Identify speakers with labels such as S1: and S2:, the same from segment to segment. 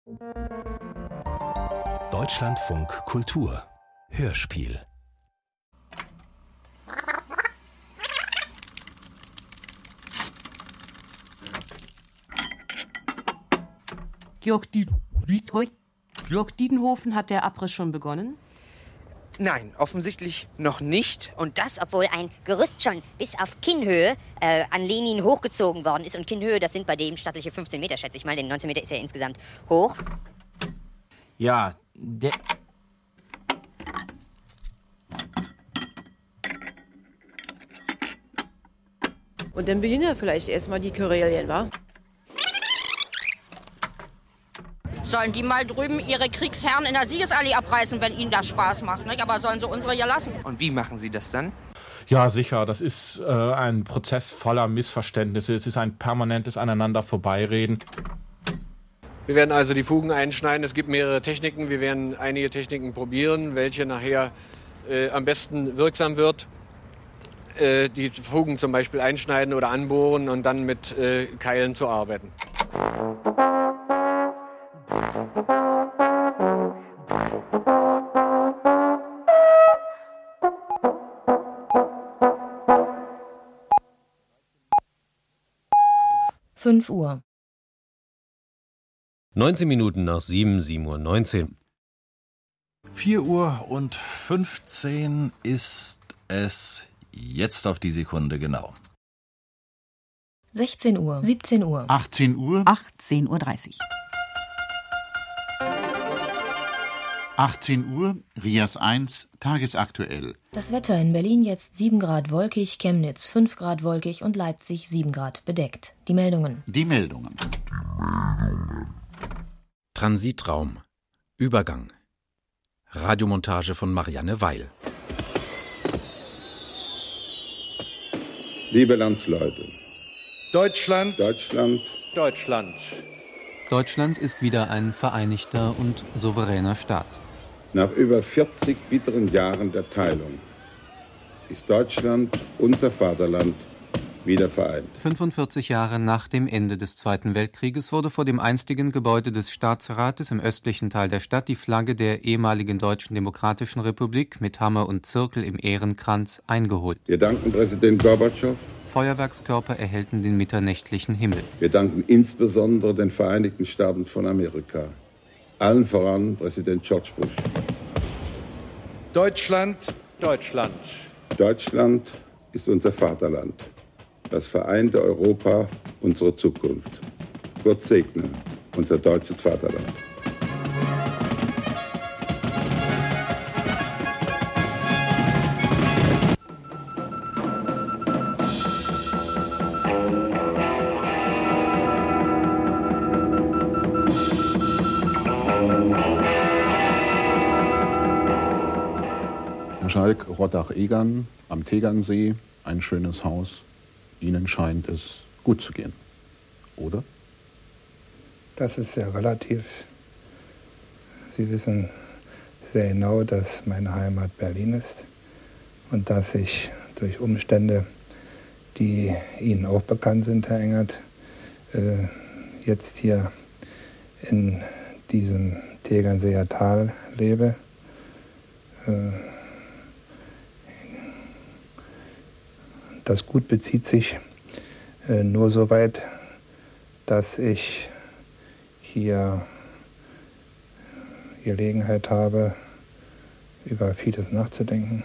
S1: Deutschlandfunk Kultur Hörspiel.
S2: Georg Diedenhofen, hat der Abriss schon begonnen?
S3: Nein, offensichtlich noch nicht.
S4: Und das, obwohl ein Gerüst schon bis auf Kinnhöhe an Lenin hochgezogen worden ist. Und Kinnhöhe, das sind bei dem stattliche 15 Meter, schätze ich mal, denn 19 Meter ist ja insgesamt hoch.
S5: Ja,
S6: Und dann beginnen ja vielleicht erstmal die Querelen, wa?
S7: Sollen die mal drüben ihre Kriegsherren in der Siegesallee abreißen, wenn ihnen das Spaß macht, nicht? Aber sollen sie unsere hier lassen?
S3: Und wie machen Sie das dann?
S8: Ja, sicher. Das ist ein Prozess voller Missverständnisse. Es ist ein permanentes Aneinander-Vorbeireden.
S9: Wir werden also die Fugen einschneiden. Es gibt mehrere Techniken. Wir werden einige Techniken probieren, welche nachher am besten wirksam wird. Die Fugen zum Beispiel einschneiden oder anbohren und dann mit Keilen zu arbeiten.
S10: Uhr.
S11: 19 Minuten nach 7:19 Uhr.
S12: 4:15 ist es jetzt auf die Sekunde genau.
S10: 16 Uhr, 17 Uhr,
S13: 18 Uhr,
S14: 18:30 Uhr.
S13: 18 Uhr, RIAS 1, tagesaktuell.
S10: Das Wetter in Berlin jetzt 7 Grad wolkig, Chemnitz 5 Grad wolkig und Leipzig 7 Grad bedeckt. Die Meldungen.
S11: Transitraum. Übergang. Radiomontage von Marianne Weil.
S15: Liebe Landsleute.
S16: Deutschland.
S15: Deutschland.
S16: Deutschland.
S17: Deutschland ist wieder ein vereinigter und souveräner Staat.
S15: Nach über 40 bitteren Jahren der Teilung ist Deutschland, unser Vaterland, wieder vereint.
S17: 45 Jahre nach dem Ende des Zweiten Weltkrieges wurde vor dem einstigen Gebäude des Staatsrates im östlichen Teil der Stadt die Flagge der ehemaligen Deutschen Demokratischen Republik mit Hammer und Zirkel im Ehrenkranz eingeholt.
S15: Wir danken Präsident Gorbatschow.
S17: Feuerwerkskörper erhellten den mitternächtlichen Himmel.
S15: Wir danken insbesondere den Vereinigten Staaten von Amerika. Allen voran Präsident George Bush.
S16: Deutschland. Deutschland.
S15: Deutschland ist unser Vaterland. Das vereinte Europa, unsere Zukunft. Gott segne unser deutsches Vaterland.
S18: Herr Schalk, Rottach-Egern am Tegernsee, ein schönes Haus. Ihnen scheint es gut zu gehen, oder?
S19: Das ist sehr relativ. Sie wissen sehr genau, dass meine Heimat Berlin ist und dass ich durch Umstände, die Ihnen auch bekannt sind, Herr Engert, jetzt hier in diesem Tegernseer Tal lebe. Das Gut bezieht sich nur so weit, dass ich hier Gelegenheit habe, über vieles nachzudenken.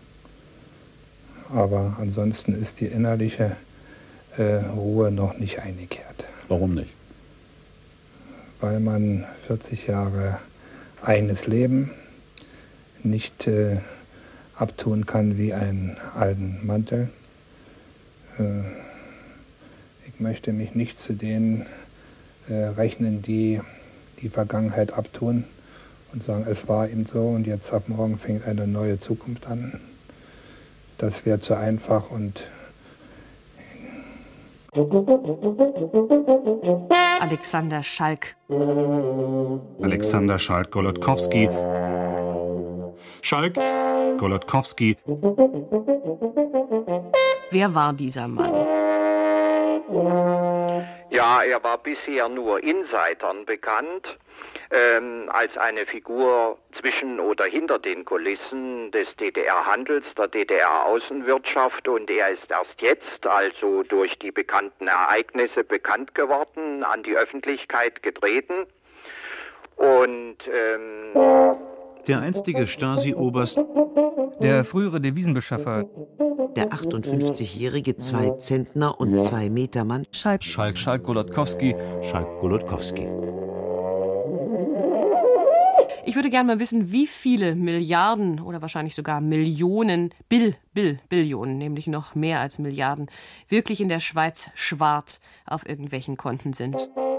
S19: Aber ansonsten ist die innerliche Ruhe noch nicht eingekehrt.
S18: Warum nicht?
S19: Weil man 40 Jahre eigenes Leben nicht abtun kann wie einen alten Mantel. Ich möchte mich nicht zu denen rechnen, die die Vergangenheit abtun und sagen, es war eben so und jetzt ab morgen fängt eine neue Zukunft an. Das wäre zu einfach und
S2: Alexander Schalk.
S20: Alexander Schalk-Golodkowski. Schalk, Golodkowski.
S2: Wer war dieser Mann?
S14: Ja, er war bisher nur Insidern bekannt, als eine Figur zwischen oder hinter den Kulissen des DDR-Handels, der DDR-Außenwirtschaft, und er ist erst jetzt, also durch die bekannten Ereignisse bekannt geworden, an die Öffentlichkeit getreten. Und
S21: der einstige Stasi-Oberst,
S22: der frühere Devisenbeschaffer,
S23: der 58-jährige 2-Zentner und 2-Meter-Mann
S22: Schalk Golodkowski.
S2: Ich würde gerne mal wissen, wie viele Milliarden oder wahrscheinlich sogar Millionen, Billionen, nämlich noch mehr als Milliarden, wirklich in der Schweiz schwarz auf irgendwelchen Konten sind.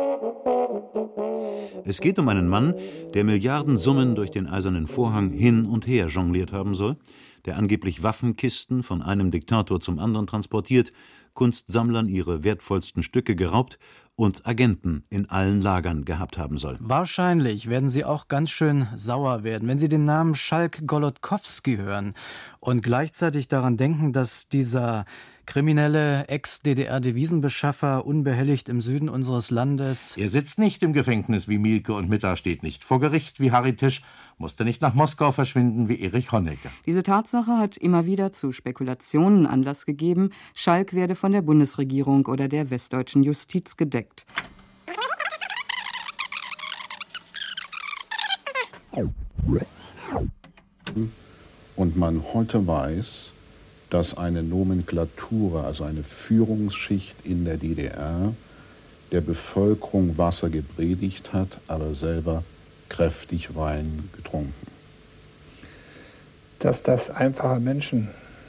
S21: Es geht um einen Mann, der Milliardensummen durch den eisernen Vorhang hin und her jongliert haben soll, der angeblich Waffenkisten von einem Diktator zum anderen transportiert, Kunstsammlern ihre wertvollsten Stücke geraubt und Agenten in allen Lagern gehabt haben soll.
S22: Wahrscheinlich werden Sie auch ganz schön sauer werden, wenn Sie den Namen Schalk Golodkowski hören und gleichzeitig daran denken, dass dieser kriminelle Ex-DDR-Devisenbeschaffer unbehelligt im Süden unseres Landes...
S12: Er sitzt nicht im Gefängnis wie Mielke und Mitter, steht nicht vor Gericht wie Harry Tisch, musste nicht nach Moskau verschwinden wie Erich Honecker.
S24: Diese Tatsache hat immer wieder zu Spekulationen Anlass gegeben, Schalk werde von der Bundesregierung oder der westdeutschen Justiz gedeckt.
S18: Und man heute weiß, dass eine Nomenklatura, also eine Führungsschicht in der DDR, der Bevölkerung Wasser gepredigt hat, aber selber kräftig Wein getrunken.
S19: Dass das einfache Menschen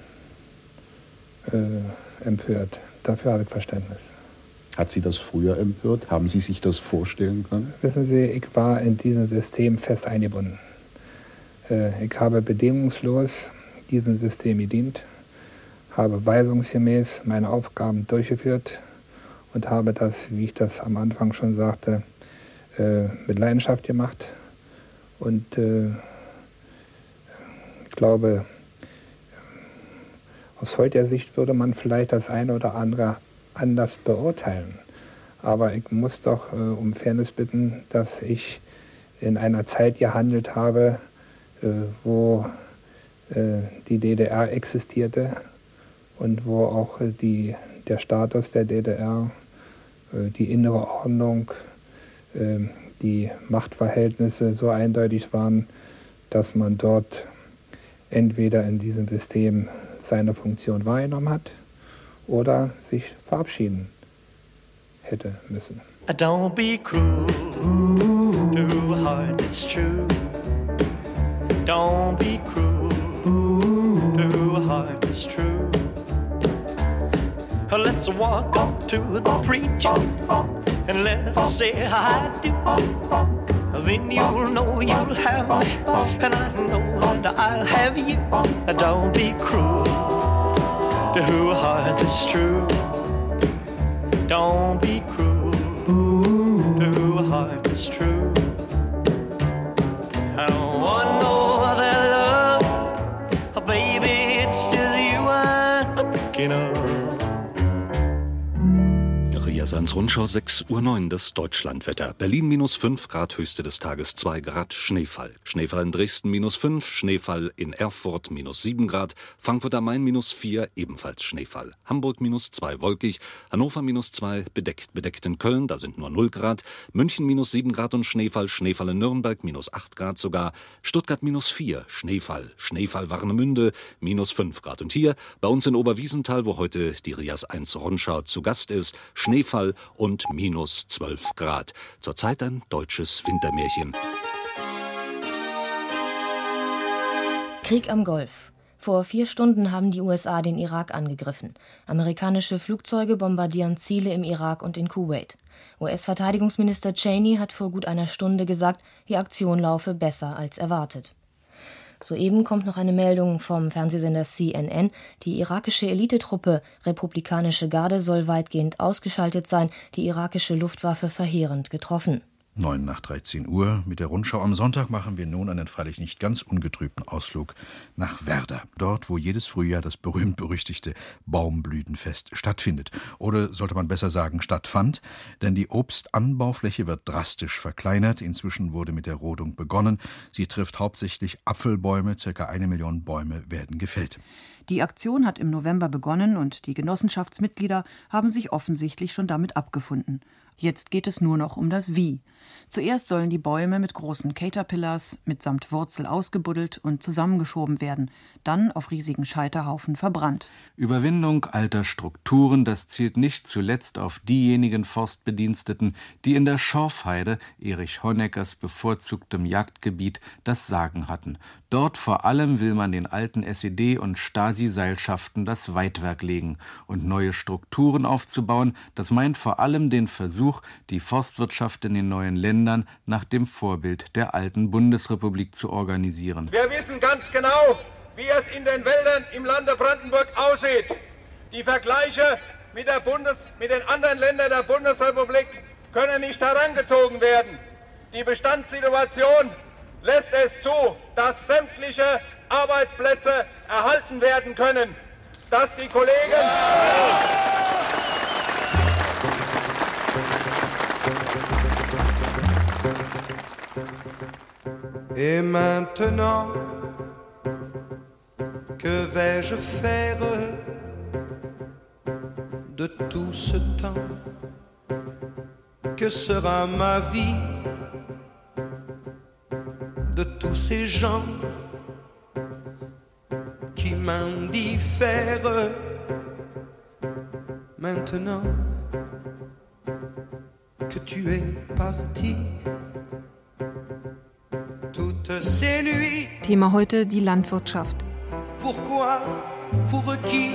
S19: empört, dafür habe ich Verständnis.
S18: Hat Sie das früher empört? Haben Sie sich das vorstellen können?
S19: Wissen Sie, ich war in diesem System fest eingebunden. Ich habe bedingungslos diesem System gedient, habe weisungsgemäß meine Aufgaben durchgeführt und habe das, wie ich das am Anfang schon sagte, mit Leidenschaft gemacht. Und ich glaube, aus heutiger Sicht würde man vielleicht das eine oder andere anders beurteilen. Aber ich muss doch um Fairness bitten, dass ich in einer Zeit gehandelt habe, wo die DDR existierte und wo auch der Status der DDR, die innere Ordnung, die Machtverhältnisse so eindeutig waren, dass man dort entweder in diesem System seine Funktion wahrgenommen hat oder sich verabschieden hätte müssen.
S25: Don't be cruel to a heart that's true. Don't be cruel to a heart that's true. Let's walk up to the preacher and let's say I do. Then you'll know you'll have me, and I know that I'll have you. Don't be cruel to a heart that's true. Don't be cruel to a heart that's true. I don't want no other love, baby, it's just you I'm thinking of.
S26: Rias 1 Rundschau, 6:09 Uhr, das Deutschlandwetter. Berlin -5 Grad, Höchste des Tages 2 Grad, Schneefall. Schneefall in Dresden -5, Schneefall in Erfurt -7 Grad, Frankfurt am Main -4, ebenfalls Schneefall. Hamburg -2, wolkig, Hannover -2, bedeckt in Köln, da sind nur 0 Grad, München -7 Grad und Schneefall, Schneefall in Nürnberg -8 Grad sogar, Stuttgart -4, Schneefall Warnemünde -5 Grad. Und hier bei uns in Oberwiesenthal, wo heute die Rias 1 Rundschau zu Gast ist, Schneefall und -12 Grad. Zurzeit ein deutsches Wintermärchen.
S10: Krieg am Golf. Vor 4 Stunden haben die USA den Irak angegriffen. Amerikanische Flugzeuge bombardieren Ziele im Irak und in Kuwait. US-Verteidigungsminister Cheney hat vor gut einer Stunde gesagt, die Aktion laufe besser als erwartet. Soeben kommt noch eine Meldung vom Fernsehsender CNN. Die irakische Elitetruppe Republikanische Garde soll weitgehend ausgeschaltet sein, die irakische Luftwaffe verheerend getroffen.
S1: 9 nach 13 Uhr. Mit der Rundschau am Sonntag machen wir nun einen freilich nicht ganz ungetrübten Ausflug nach Werder. Dort, wo jedes Frühjahr das berühmt-berüchtigte Baumblütenfest stattfindet. Oder sollte man besser sagen, stattfand. Denn die Obstanbaufläche wird drastisch verkleinert. Inzwischen wurde mit der Rodung begonnen. Sie trifft hauptsächlich Apfelbäume. Circa 1 Million Bäume werden gefällt.
S3: Die Aktion hat im November begonnen und die Genossenschaftsmitglieder haben sich offensichtlich schon damit abgefunden. Jetzt geht es nur noch um das Wie. Zuerst sollen die Bäume mit großen Caterpillars mitsamt Wurzel ausgebuddelt und zusammengeschoben werden, dann auf riesigen Scheiterhaufen verbrannt.
S4: Überwindung alter Strukturen, das zielt nicht zuletzt auf diejenigen Forstbediensteten, die in der Schorfheide, Erich Honeckers bevorzugtem Jagdgebiet, das Sagen hatten. Dort vor allem will man den alten SED- und Stasi-Seilschaften das Weidwerk legen und neue Strukturen aufzubauen. Das meint vor allem den Versuch, die Forstwirtschaft in den neuen Ländern nach dem Vorbild der alten Bundesrepublik zu organisieren.
S5: Wir wissen ganz genau, wie es in den Wäldern im Lande Brandenburg aussieht. Die Vergleiche mit den anderen Ländern der Bundesrepublik können nicht herangezogen werden. Die Bestandssituation lässt es zu, dass sämtliche Arbeitsplätze erhalten werden können, dass die Kollegen...
S25: Et maintenant, que vais-je faire de tout ce temps? Que sera ma vie de tous ces gens qui m'indiffèrent? Maintenant que tu es parti,
S6: Thema heute die Landwirtschaft.
S25: Pourquoi, pour qui?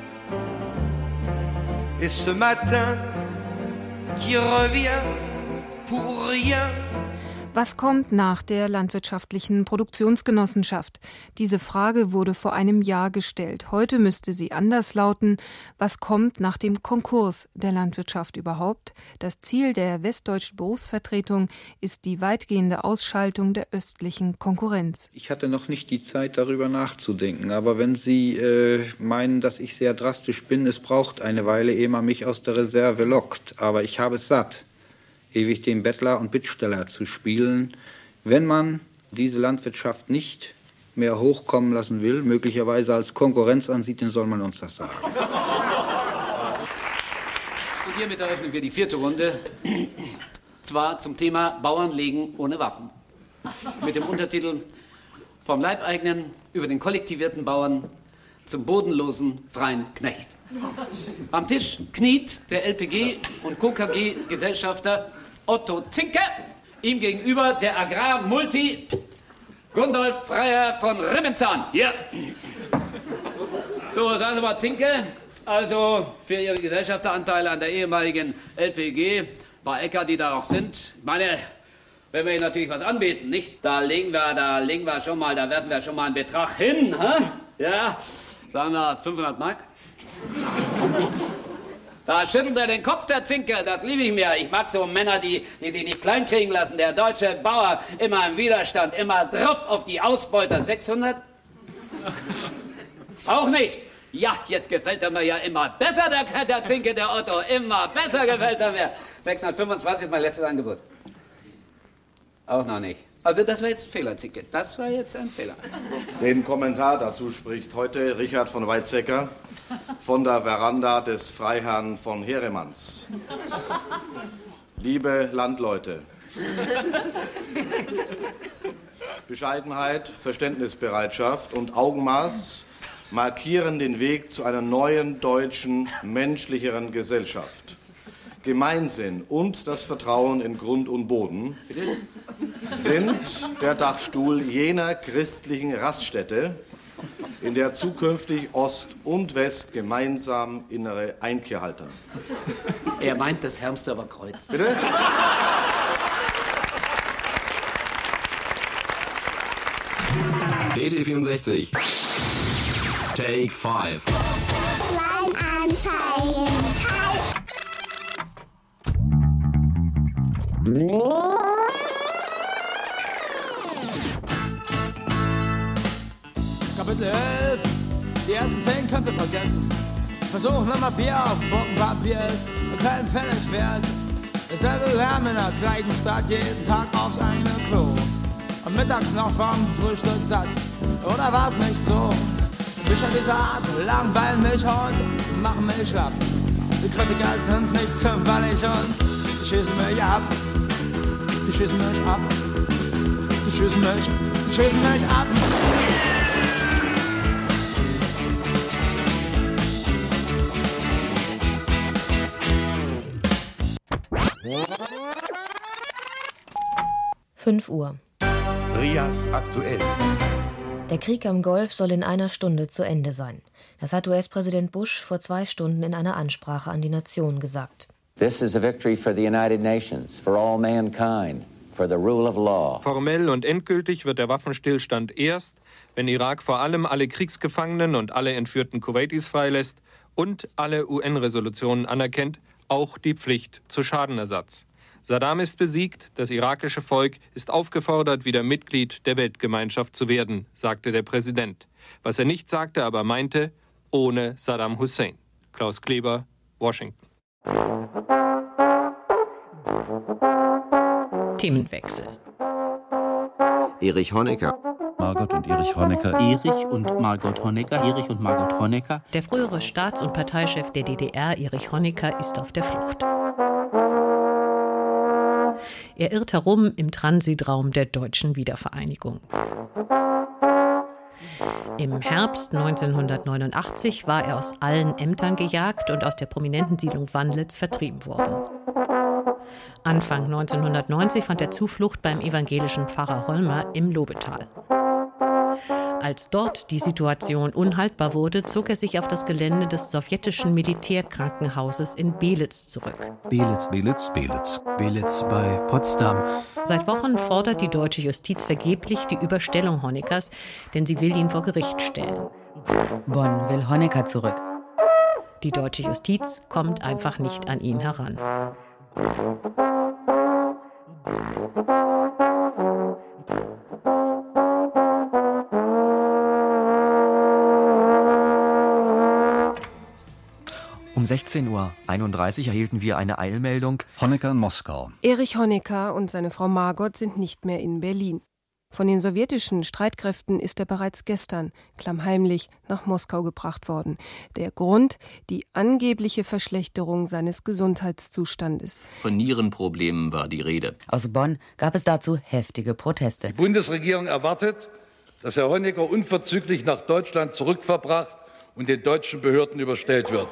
S25: Et ce matin qui revient pour rien.
S6: Was kommt nach der landwirtschaftlichen Produktionsgenossenschaft? Diese Frage wurde vor einem Jahr gestellt. Heute müsste sie anders lauten. Was kommt nach dem Konkurs der Landwirtschaft überhaupt? Das Ziel der westdeutschen Berufsvertretung ist die weitgehende Ausschaltung der östlichen Konkurrenz.
S7: Ich hatte noch nicht die Zeit, darüber nachzudenken. Aber wenn Sie meinen, dass ich sehr drastisch bin, es braucht eine Weile, ehe man mich aus der Reserve lockt. Aber ich habe es satt, ewig den Bettler und Bittsteller zu spielen. Wenn man diese Landwirtschaft nicht mehr hochkommen lassen will, möglicherweise als Konkurrenz ansieht, dann soll man uns das sagen.
S27: Und hiermit eröffnen wir die 4. Runde, zwar zum Thema Bauern legen ohne Waffen. Mit dem Untertitel Vom Leibeigenen über den kollektivierten Bauern zum bodenlosen freien Knecht. Am Tisch kniet der LPG und KKG-Gesellschafter Otto Zinke, ihm gegenüber der Agrarmulti Gundolf Freier von Ribbenzahn. Hier. So, sagen Sie mal, Zinke, also für Ihre Gesellschafteranteile an der ehemaligen LPG, paar Äcker, die da auch sind. Ich meine, wenn wir Ihnen natürlich was anbieten, nicht? Da werfen wir schon mal einen Betrag hin, hä? Ja, sagen wir 500 Mark. Da schüttelt er den Kopf, der Zinke, das liebe ich mir. Ich mag so Männer, die sich nicht kleinkriegen lassen. Der deutsche Bauer immer im Widerstand, immer drauf auf die Ausbeuter. 600? Auch nicht. Ja, jetzt gefällt er mir ja immer besser, der Zinke, der Otto. Immer besser gefällt er mir. 625 ist mein letztes Angebot. Auch noch nicht. Also das war jetzt ein Fehler, Zinke. Das war jetzt ein Fehler.
S28: Den Kommentar dazu spricht heute Richard von Weizsäcker von der Veranda des Freiherrn von Heeremanns. Liebe Landleute, Bescheidenheit, Verständnisbereitschaft und Augenmaß markieren den Weg zu einer neuen deutschen, menschlicheren Gesellschaft. Gemeinsinn und das Vertrauen in Grund und Boden sind der Dachstuhl jener christlichen Raststätte, in der zukünftig Ost und West gemeinsam innere Einkehr halten.
S27: Er meint das Hermsdorfer Kreuz.
S28: Bitte?
S29: DT64. Take 5.
S30: Kleinanzeigen.
S8: Kapitel 11. Die ersten 10 Kämpfe vergessen. Versuch Nummer 4 auf dem Bogenpapier ist nur keinen Pfennig wert. Dasselbe Lärm in der gleichen Stadt, jeden Tag aufs eigene Klo. Und mittags noch vom Frühstück satt. Oder war's nicht so? Bücher dieser Art langweilen mich und machen mich schlapp. Die Kritiker sind nicht zimperlich und die schießen mich ab. Die schießen mich ab. Die schießen mich ab.
S10: Uhr.
S29: Rias aktuell.
S10: Der Krieg am Golf soll in einer Stunde zu Ende sein. Das hat US-Präsident Bush vor 2 Stunden in einer Ansprache an die Nation gesagt.
S9: This is a victory for the United Nations, for all mankind, for the rule of law.
S11: Formell und endgültig wird der Waffenstillstand erst, wenn Irak vor allem alle Kriegsgefangenen und alle entführten Kuwaitis freilässt und alle UN-Resolutionen anerkennt, auch die Pflicht zu Schadenersatz. Saddam ist besiegt, das irakische Volk ist aufgefordert, wieder Mitglied der Weltgemeinschaft zu werden, sagte der Präsident. Was er nicht sagte, aber meinte, ohne Saddam Hussein. Klaus Kleber, Washington.
S13: Themenwechsel.
S29: Erich Honecker.
S14: Margot und Erich Honecker.
S13: Erich und Margot Honecker.
S14: Erich und Margot Honecker.
S13: Der frühere Staats- und Parteichef der DDR, Erich Honecker, ist auf der Flucht. Er irrt herum im Transitraum der deutschen Wiedervereinigung. Im Herbst 1989 war er aus allen Ämtern gejagt und aus der prominenten Siedlung Wandlitz vertrieben worden. Anfang 1990 fand er Zuflucht beim evangelischen Pfarrer Holmer im Lobetal. Als dort die Situation unhaltbar wurde, zog er sich auf das Gelände des sowjetischen Militärkrankenhauses in Belitz zurück.
S22: Belitz bei Potsdam.
S13: Seit Wochen fordert die deutsche Justiz vergeblich die Überstellung Honeckers, denn sie will ihn vor Gericht stellen. Bonn will Honecker zurück. Die deutsche Justiz kommt einfach nicht an ihn heran.
S15: Um 16:31 Uhr erhielten wir eine Eilmeldung.
S16: Honecker in Moskau.
S6: Erich Honecker und seine Frau Margot sind nicht mehr in Berlin. Von den sowjetischen Streitkräften ist er bereits gestern klammheimlich nach Moskau gebracht worden. Der Grund: die angebliche Verschlechterung seines Gesundheitszustandes.
S14: Von Nierenproblemen war die Rede.
S13: Aus Bonn gab es dazu heftige Proteste.
S17: Die Bundesregierung erwartet, dass Herr Honecker unverzüglich nach Deutschland zurückverbracht und den deutschen Behörden überstellt wird.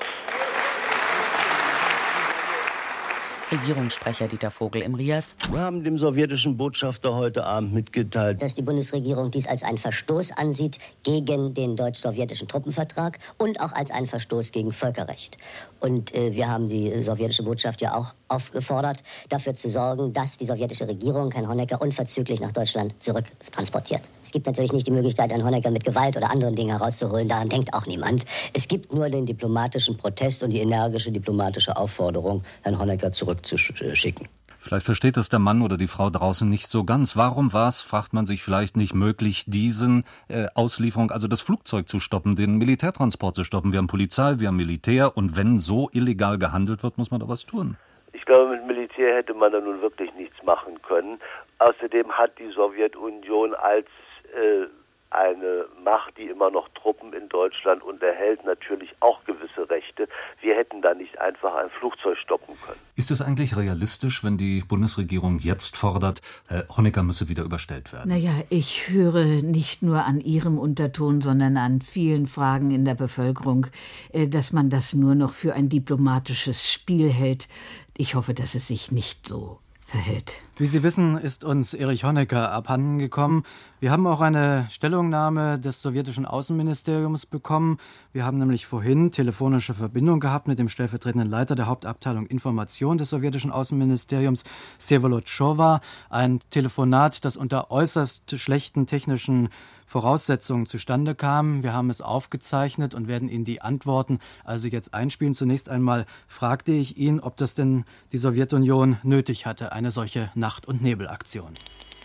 S13: Regierungssprecher Dieter Vogel im RIAS.
S20: Wir haben dem sowjetischen Botschafter heute Abend mitgeteilt,
S30: dass die Bundesregierung dies als einen Verstoß ansieht gegen den deutsch-sowjetischen Truppenvertrag und auch als einen Verstoß gegen Völkerrecht. Und wir haben die sowjetische Botschaft ja auch aufgefordert, dafür zu sorgen, dass die sowjetische Regierung Herrn Honecker unverzüglich nach Deutschland zurücktransportiert. Es gibt natürlich nicht die Möglichkeit, Herrn Honecker mit Gewalt oder anderen Dingen herauszuholen. Daran denkt auch niemand. Es gibt nur den diplomatischen Protest und die energische diplomatische Aufforderung, Herrn Honecker zurückzuschicken.
S16: Vielleicht versteht das der Mann oder die Frau draußen nicht so ganz. Warum war es, fragt man sich vielleicht, nicht möglich, diesen Auslieferung, also das Flugzeug zu stoppen, den Militärtransport zu stoppen? Wir haben Polizei, wir haben Militär und wenn so illegal gehandelt wird, muss man da was tun.
S20: Ich glaube, mit Militär hätte man da nun wirklich nichts machen können. Außerdem hat die Sowjetunion als eine Macht, die immer noch Truppen in Deutschland unterhält, natürlich auch gewisse Rechte. Wir hätten da nicht einfach ein Flugzeug stoppen können.
S16: Ist es eigentlich realistisch, wenn die Bundesregierung jetzt fordert, Honecker müsse wieder überstellt werden?
S13: Naja, ich höre nicht nur an Ihrem Unterton, sondern an vielen Fragen in der Bevölkerung, dass man das nur noch für ein diplomatisches Spiel hält. Ich hoffe, dass es sich nicht so verhält.
S22: Wie Sie wissen, ist uns Erich Honecker abhanden gekommen. Wir haben auch eine Stellungnahme des sowjetischen Außenministeriums bekommen. Wir haben nämlich vorhin telefonische Verbindung gehabt mit dem stellvertretenden Leiter der Hauptabteilung Information des sowjetischen Außenministeriums, Vsevolod Schowa. Ein Telefonat, das unter äußerst schlechten technischen Voraussetzungen zustande kam. Wir haben es aufgezeichnet und werden Ihnen die Antworten also jetzt einspielen. Zunächst einmal fragte ich ihn, ob das denn die Sowjetunion nötig hatte, eine solche Nacht- und Nebelaktion.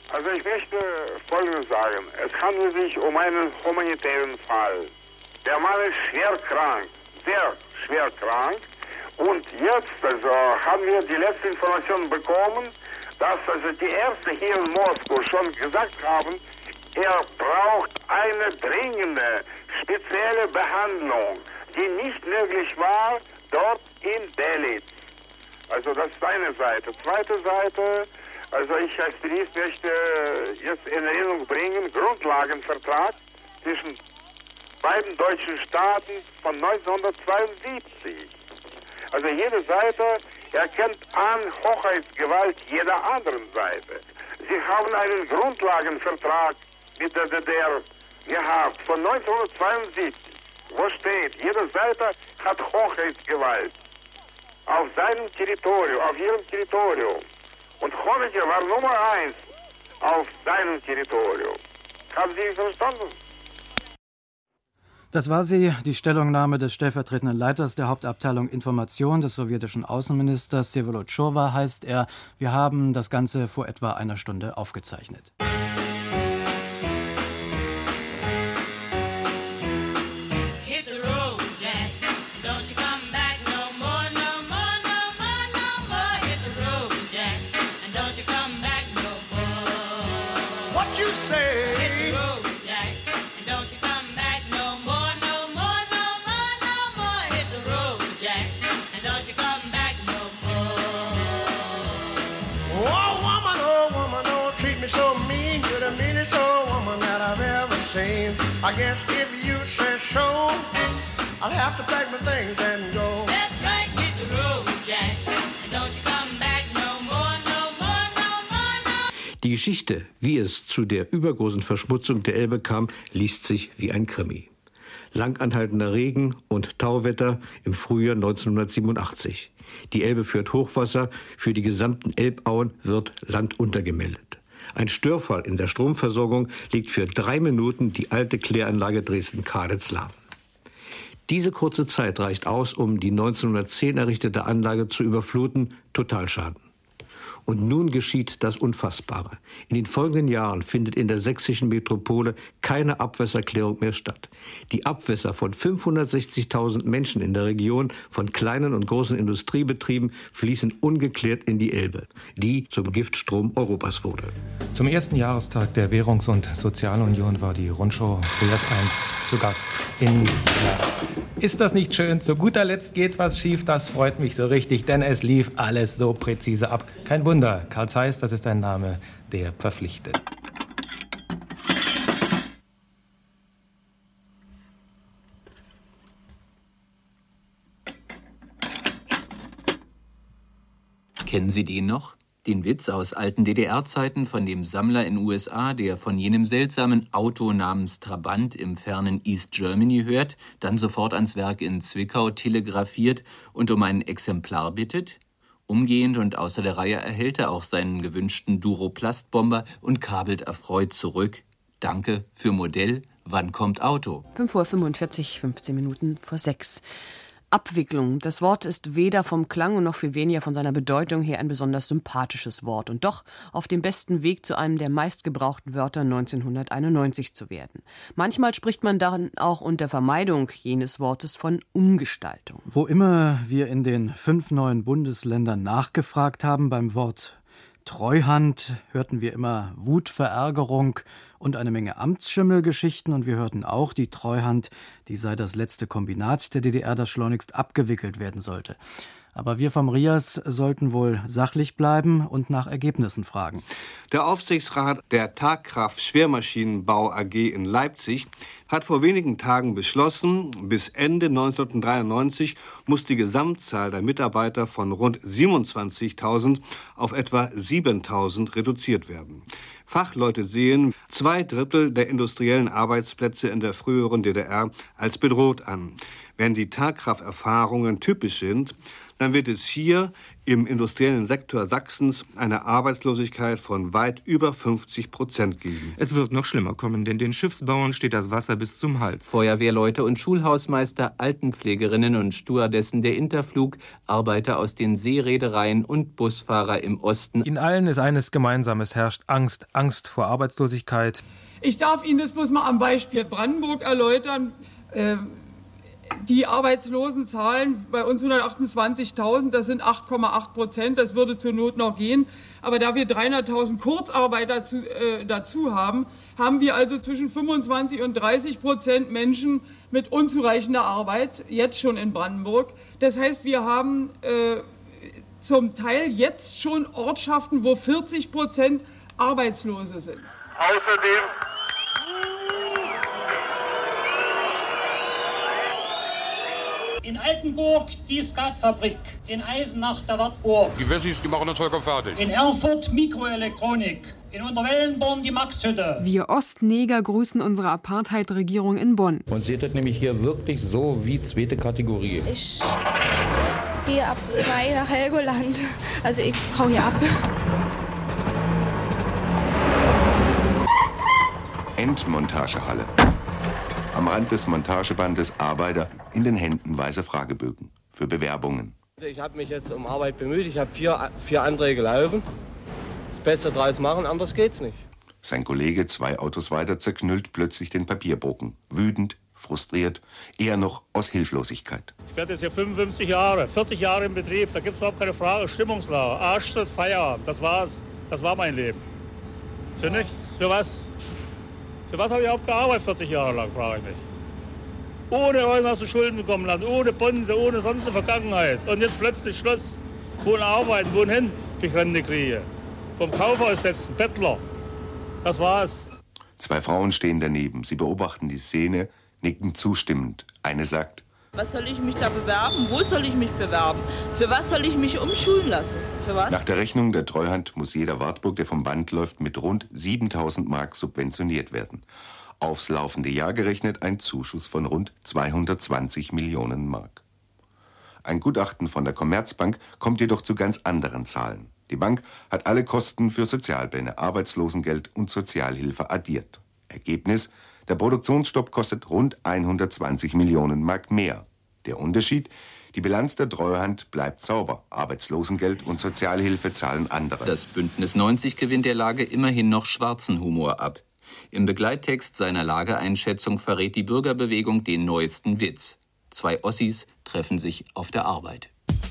S1: Also ich möchte Folgendes sagen. Es handelt sich um einen humanitären Fall. Der Mann ist schwer krank, sehr schwer krank. Und jetzt haben wir die letzte Information bekommen, dass die Ärzte hier in Moskau schon gesagt haben, er braucht eine dringende, spezielle Behandlung, die nicht möglich war dort in Delhi. Also das ist eine Seite. Zweite Seite, also ich als Jurist möchte jetzt in Erinnerung bringen, Grundlagenvertrag zwischen beiden deutschen Staaten von 1972. Also jede Seite erkennt an Hoheitsgewalt jeder anderen Seite. Sie haben einen Grundlagenvertrag mit der DDR gehabt von 1972, wo steht, jede Seite hat Hoheitsgewalt auf seinem Territorium, auf ihrem Territorium. Und Honecker war Nummer 1 auf seinem Territorium. Haben Sie verstanden?
S22: Das war sie, die Stellungnahme des stellvertretenden Leiters der Hauptabteilung Information des sowjetischen Außenministers Sewolod Schorwa heißt er. Wir haben das Ganze vor etwa einer Stunde aufgezeichnet.
S2: I guess if you say so, I'll have to pack my things and go.
S3: That's right, hit the road, Jack. And don't you come back no more, no more, no more, no.
S12: Die Geschichte, wie es zu der übergroßen Verschmutzung der Elbe kam, liest sich wie ein Krimi. Langanhaltender Regen und Tauwetter im Frühjahr 1987. Die Elbe führt Hochwasser, für die gesamten Elbauen wird Land untergemeldet. Ein Störfall in der Stromversorgung legt für 3 Minuten die alte Kläranlage Dresden-Kaditz lahm. Diese kurze Zeit reicht aus, um die 1910 errichtete Anlage zu überfluten, Totalschaden. Und nun geschieht das Unfassbare. In den folgenden Jahren findet in der sächsischen Metropole keine Abwasserklärung mehr statt. Die Abwässer von 560.000 Menschen in der Region, von kleinen und großen Industriebetrieben, fließen ungeklärt in die Elbe, die zum Giftstrom Europas wurde. Zum ersten Jahrestag der Währungs- und Sozialunion war die Rundschau Rias 1 zu Gast in Wien. Ist das nicht schön? Zu guter Letzt geht was schief, das freut mich so richtig, denn es lief alles so präzise ab. Kein Wunder, Carl Zeiss, das ist ein Name, der verpflichtet.
S14: Kennen Sie den noch? Den Witz aus alten DDR-Zeiten von dem Sammler in USA, der von jenem seltsamen Auto namens Trabant im fernen East Germany hört, dann sofort ans Werk in Zwickau telegrafiert und um ein Exemplar bittet? Umgehend und außer der Reihe erhält er auch seinen gewünschten Duroplastbomber und kabelt erfreut zurück. Danke für Modell. Wann kommt Auto?
S18: 5:45 Uhr, 15 Minuten vor 6. Abwicklung. Das Wort ist weder vom Klang und noch viel weniger von seiner Bedeutung her ein besonders sympathisches Wort und doch auf dem besten Weg zu einem der meistgebrauchten Wörter 1991 zu werden. Manchmal spricht man dann auch unter Vermeidung jenes Wortes von Umgestaltung.
S22: Wo immer wir in den 5 neuen Bundesländern nachgefragt haben beim Wort Treuhand, hörten wir immer Wut, Verärgerung und eine Menge Amtsschimmelgeschichten und wir hörten auch die Treuhand, die sei das letzte Kombinat der DDR, das schleunigst abgewickelt werden sollte. Aber wir vom RIAS sollten wohl sachlich bleiben und nach Ergebnissen fragen.
S19: Der Aufsichtsrat der Tagkraft Schwermaschinenbau AG in Leipzig hat vor wenigen Tagen beschlossen, bis Ende 1993 muss die Gesamtzahl der Mitarbeiter von rund 27.000 auf etwa 7.000 reduziert werden. Fachleute sehen 2/3 der industriellen Arbeitsplätze in der früheren DDR als bedroht an. Wenn die Tagkrafterfahrungen typisch sind, dann wird es hier im industriellen Sektor Sachsens eine Arbeitslosigkeit von weit über 50% geben.
S4: Es wird noch schlimmer kommen, denn den Schiffsbauern steht das Wasser bis zum Hals.
S14: Feuerwehrleute und Schulhausmeister, Altenpflegerinnen und Stewardessen der Interflug, Arbeiter aus den Seereedereien und Busfahrer im Osten.
S5: In allen ist eines gemeinsam, es herrscht Angst, Angst vor Arbeitslosigkeit.
S7: Ich darf Ihnen das bloß mal am Beispiel Brandenburg erläutern. Die Arbeitslosenzahlen bei uns 128.000, das sind 8,8%, das würde zur Not noch gehen. Aber da wir 300.000 Kurzarbeiter dazu haben, haben wir also zwischen 25 und 30% Menschen mit unzureichender Arbeit, jetzt schon in Brandenburg. Das heißt, wir haben zum Teil jetzt schon Ortschaften, wo 40% Arbeitslose sind.
S1: Außerdem
S21: in Altenburg die Skatfabrik, in Eisenach der Wartburg.
S23: Die Wessis, die machen uns heute fertig.
S21: In Erfurt Mikroelektronik, in Unterwellenborn die Maxhütte.
S24: Wir Ostneger grüßen unsere Apartheid-Regierung in Bonn.
S25: Und seht das nämlich hier wirklich so wie zweite Kategorie.
S26: Ich gehe ab 2 nach Helgoland, also ich hau hier ab.
S29: Endmontagehalle. Am Rand des Montagebandes Arbeiter, in den Händen weiße Fragebögen für Bewerbungen.
S27: Ich habe mich jetzt um Arbeit bemüht, ich habe vier Anträge laufen. Das Beste draus machen, anders geht's nicht.
S29: Sein Kollege 2 Autos weiter zerknüllt plötzlich den Papierbogen. Wütend, frustriert, eher noch aus Hilflosigkeit.
S21: Ich werde jetzt hier 55 Jahre, 40 Jahre im Betrieb, da gibt's überhaupt keine Frage. Stimmungslage, Arschtritt, Feierabend, das war's. Das war mein Leben. Für nichts, für was? Für was habe ich überhaupt gearbeitet 40 Jahre lang, frage ich mich. Ohne irgendwas zu Schulden zu kommen lassen, ohne Bonze, ohne sonst eine Vergangenheit. Und jetzt plötzlich Schluss. Wohin arbeiten, wohin hin, wie ich Rente kriege. Vom Kaufhaus setzen, Bettler. Das war's.
S29: 2 Frauen stehen daneben. Sie beobachten die Szene, nicken zustimmend. Eine sagt:
S28: Was soll ich mich da bewerben? Wo soll ich mich bewerben? Für was soll ich mich umschulen lassen? Für was?
S29: Nach der Rechnung der Treuhand muss jeder Wartburg, der vom Band läuft, mit rund 7.000 Mark subventioniert werden. Aufs laufende Jahr gerechnet ein Zuschuss von rund 220 Millionen Mark. Ein Gutachten von der Commerzbank kommt jedoch zu ganz anderen Zahlen. Die Bank hat alle Kosten für Sozialpläne, Arbeitslosengeld und Sozialhilfe addiert. Ergebnis: Der Produktionsstopp kostet rund 120 Millionen Mark mehr. Der Unterschied: Die Bilanz der Treuhand bleibt sauber. Arbeitslosengeld und Sozialhilfe zahlen andere.
S14: Das Bündnis 90 gewinnt der Lage immerhin noch schwarzen Humor ab. Im Begleittext seiner Lageeinschätzung verrät die Bürgerbewegung den neuesten Witz. 2 Ossis treffen sich auf der Arbeit.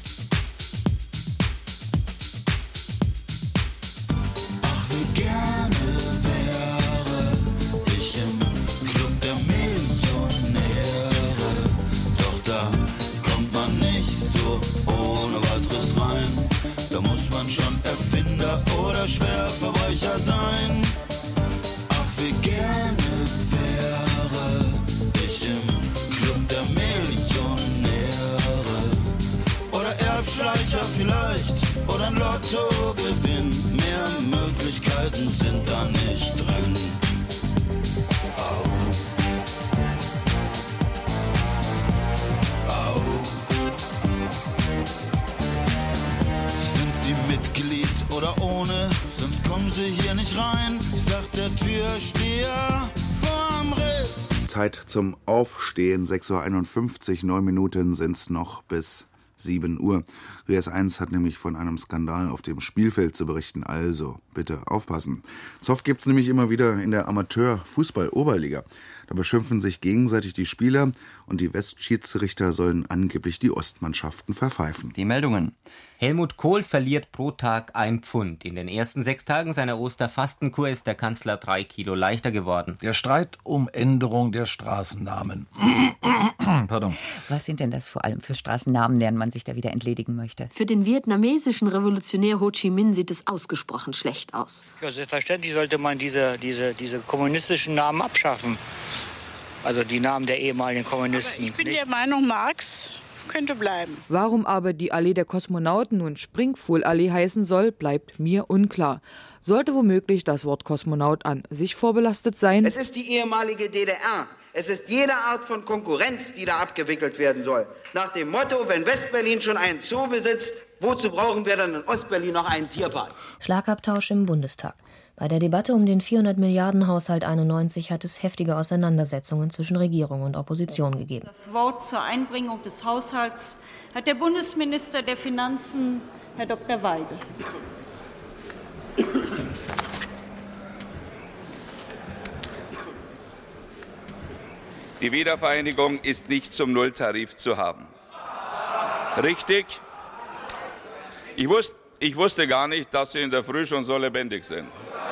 S31: Ach, wie gerne wäre ich im Club der Millionäre. Doch da kommt man nicht so ohne weiteres rein. Da muss man schon Erfinder oder Schwerverbrecher sein. Wie gerne wäre ich im Club der Millionäre. Oder Erbschleicher vielleicht, oder ein Lottogewinn. Mehr Möglichkeiten sind da nicht drin. Au. Au. Sind Sie Mitglied oder ohne? Sonst kommen Sie hier nicht rein, sagt der Türsteher vorm Ritz.
S32: Zeit zum Aufstehen, 6.51 Uhr, 9 Minuten sind's noch bis 7 Uhr. Rias 1 hat nämlich von einem Skandal auf dem Spielfeld zu berichten, also bitte aufpassen. Zoff gibt's nämlich immer wieder in der Amateur-Fußball-Oberliga. Da beschimpfen sich gegenseitig die Spieler und die Westschiedsrichter sollen angeblich die Ostmannschaften verpfeifen.
S33: Die Meldungen. Helmut Kohl verliert pro Tag 1 Pfund. In den ersten 6 Tagen seiner Osterfastenkur ist der Kanzler 3 Kilo leichter geworden.
S34: Der Streit um Änderung der Straßennamen. Pardon.
S35: Was sind denn das vor allem für Straßennamen, deren man sich da wieder entledigen möchte?
S36: Für den vietnamesischen Revolutionär Ho Chi Minh sieht es ausgesprochen schlecht aus.
S37: Ja, selbstverständlich sollte man diese kommunistischen Namen abschaffen. Also die Namen der ehemaligen Kommunisten.
S38: Aber ich bin der Meinung, Marx könnte bleiben.
S39: Warum aber die Allee der Kosmonauten nun Springfuhl-Allee heißen soll, bleibt mir unklar.
S2: sollte womöglich das Wort Kosmonaut an sich vorbelastet sein.
S3: Es ist die ehemalige DDR. Es ist jede Art von Konkurrenz, die da abgewickelt werden soll. Nach dem Motto, wenn Westberlin schon einen Zoo besitzt, wozu brauchen wir dann in Ostberlin noch einen Tierpark?
S4: Schlagabtausch im Bundestag. Bei der Debatte um den 400-Milliarden-Haushalt 91 hat es heftige Auseinandersetzungen zwischen Regierung und Opposition gegeben.
S6: Das Wort zur Einbringung des Haushalts hat der Bundesminister der Finanzen, Herr Dr. Weigel.
S8: Die Wiedervereinigung ist nicht zum Nulltarif zu haben. Richtig? Ich wusste gar nicht, dass Sie in der Früh schon so lebendig sind.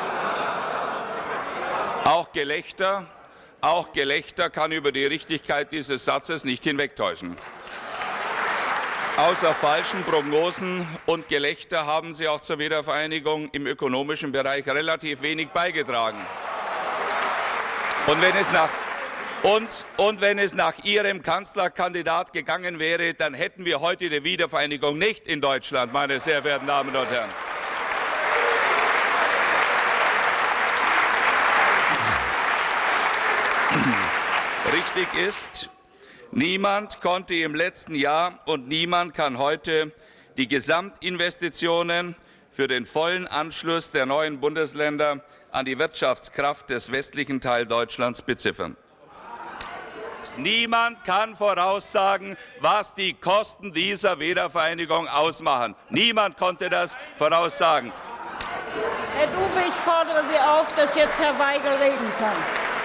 S8: Auch Gelächter kann über die Richtigkeit dieses Satzes nicht hinwegtäuschen. Außer falschen Prognosen und Gelächter haben Sie auch zur Wiedervereinigung im ökonomischen Bereich relativ wenig beigetragen. Und wenn es nach Ihrem Kanzlerkandidat gegangen wäre, dann hätten wir heute die Wiedervereinigung nicht in Deutschland, meine sehr verehrten Damen und Herren. Richtig ist, niemand konnte im letzten Jahr und niemand kann heute die Gesamtinvestitionen für den vollen Anschluss der neuen Bundesländer an die Wirtschaftskraft des westlichen Teils Deutschlands beziffern. Niemand kann voraussagen, was die Kosten dieser Wiedervereinigung ausmachen. Niemand konnte das voraussagen.
S6: Herr Duwe, ich fordere Sie auf, dass jetzt Herr Weigel reden kann.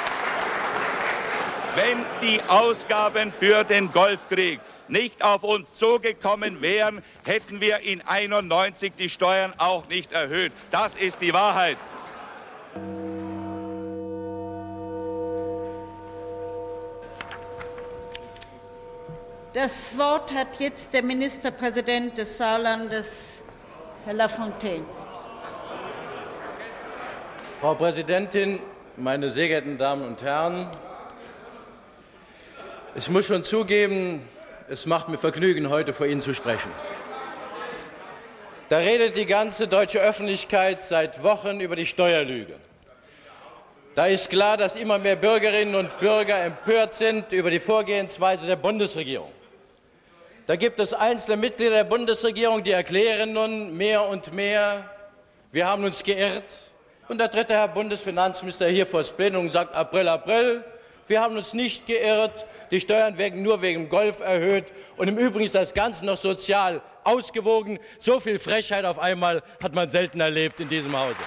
S8: Wenn die Ausgaben für den Golfkrieg nicht auf uns zugekommen wären, hätten wir in 91 die Steuern auch nicht erhöht. Das ist die Wahrheit.
S6: Das Wort hat jetzt der Ministerpräsident des Saarlandes, Herr Lafontaine.
S25: Frau Präsidentin, meine sehr geehrten Damen und Herren! Ich muss schon zugeben, es macht mir Vergnügen, heute vor Ihnen zu sprechen. Da redet die ganze deutsche Öffentlichkeit seit Wochen über die Steuerlüge. Da ist klar, dass immer mehr Bürgerinnen und Bürger empört sind über die Vorgehensweise der Bundesregierung. Da gibt es einzelne Mitglieder der Bundesregierung, die erklären nun mehr und mehr, wir haben uns geirrt. Und da tritt der Herr Bundesfinanzminister hier vor das Plenum und sagt, April, April, wir haben uns nicht geirrt, die Steuern werden nur wegen Golf erhöht. Und im Übrigen ist das Ganze noch sozial ausgewogen. So viel Frechheit auf einmal hat man selten erlebt in diesem Hause.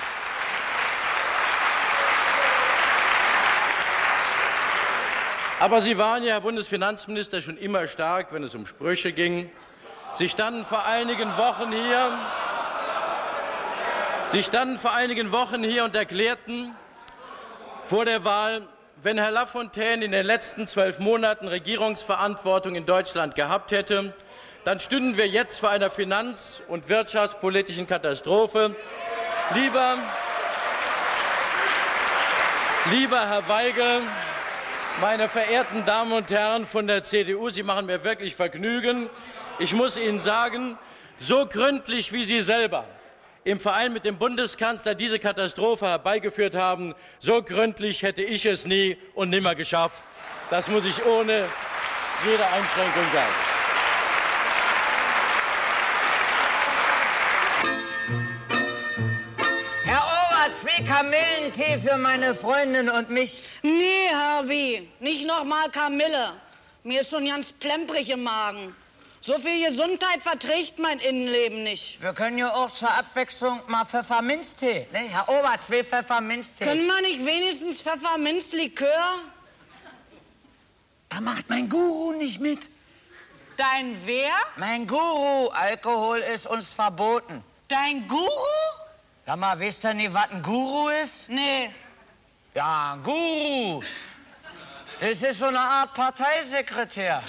S25: Aber Sie waren ja, Herr Bundesfinanzminister, schon immer stark, wenn es um Sprüche ging. Sie standen vor einigen Wochen hier und erklärten vor der Wahl, wenn Herr Lafontaine in den letzten 12 Monaten Regierungsverantwortung in Deutschland gehabt hätte, dann stünden wir jetzt vor einer finanz- und wirtschaftspolitischen Katastrophe. Lieber Herr Weigel, meine verehrten Damen und Herren von der CDU, Sie machen mir wirklich Vergnügen. Ich muss Ihnen sagen, so gründlich wie Sie selber im Verein mit dem Bundeskanzler diese Katastrophe herbeigeführt haben, so gründlich hätte ich es nie und nimmer geschafft. Das muss ich ohne jede Einschränkung sagen.
S9: Herr Ober, 2 Kamillentee für meine Freundin und mich.
S38: Nee, Herbie, nicht nochmal Kamille. Mir ist schon ganz plemprig im Magen. So viel Gesundheit verträgt mein Innenleben nicht.
S9: Wir können ja auch zur Abwechslung mal Pfefferminztee. Ne? Herr Ober, 2 Pfefferminztee.
S38: Können wir nicht wenigstens Pfefferminzlikör?
S9: Da macht mein Guru nicht mit.
S38: Dein wer?
S9: Mein Guru. Alkohol ist uns verboten.
S38: Dein Guru?
S9: Sag mal, wisst ihr nicht, was ein Guru ist?
S38: Nee.
S9: Ja, ein Guru. Das ist so eine Art Parteisekretär.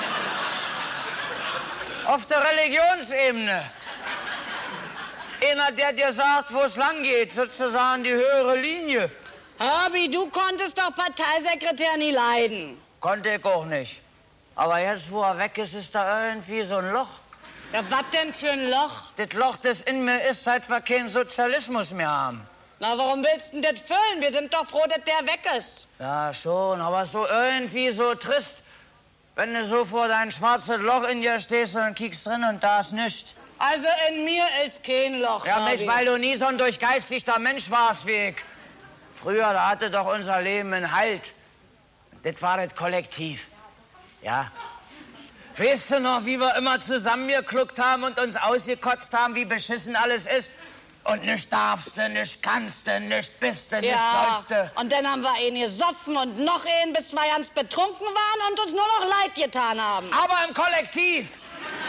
S9: Auf der Religionsebene. Einer, der dir sagt, wo es lang geht, sozusagen die höhere Linie.
S38: Herbie, du konntest doch Parteisekretär nie leiden.
S9: Konnte ich auch nicht. Aber jetzt, wo er weg ist, ist da irgendwie so ein Loch.
S38: Ja, was denn für ein Loch?
S9: Das Loch, das in mir ist, seit wir keinen Sozialismus mehr haben.
S38: Na, warum willst du denn das füllen? Wir sind doch froh, dass der weg ist.
S9: Ja, schon, aber so irgendwie so trist, wenn du so vor dein schwarzes Loch in dir stehst und kiekst drin und da ist nichts.
S38: Also in mir ist kein Loch.
S9: Ja, nicht, weil du nie so ein durchgeistigter Mensch warst wie ich. Früher, da hatte doch unser Leben einen Halt. Das war das Kollektiv. Ja. Weißt du noch, wie wir immer zusammengekluckt haben und uns ausgekotzt haben, wie beschissen alles ist? Und nicht darfst du, nicht kannst du, nicht bist du, nicht sollst du.
S38: Und dann haben wir ihn gesoffen und noch einen, bis wir ganz betrunken waren und uns nur noch leid getan haben.
S9: Aber im Kollektiv.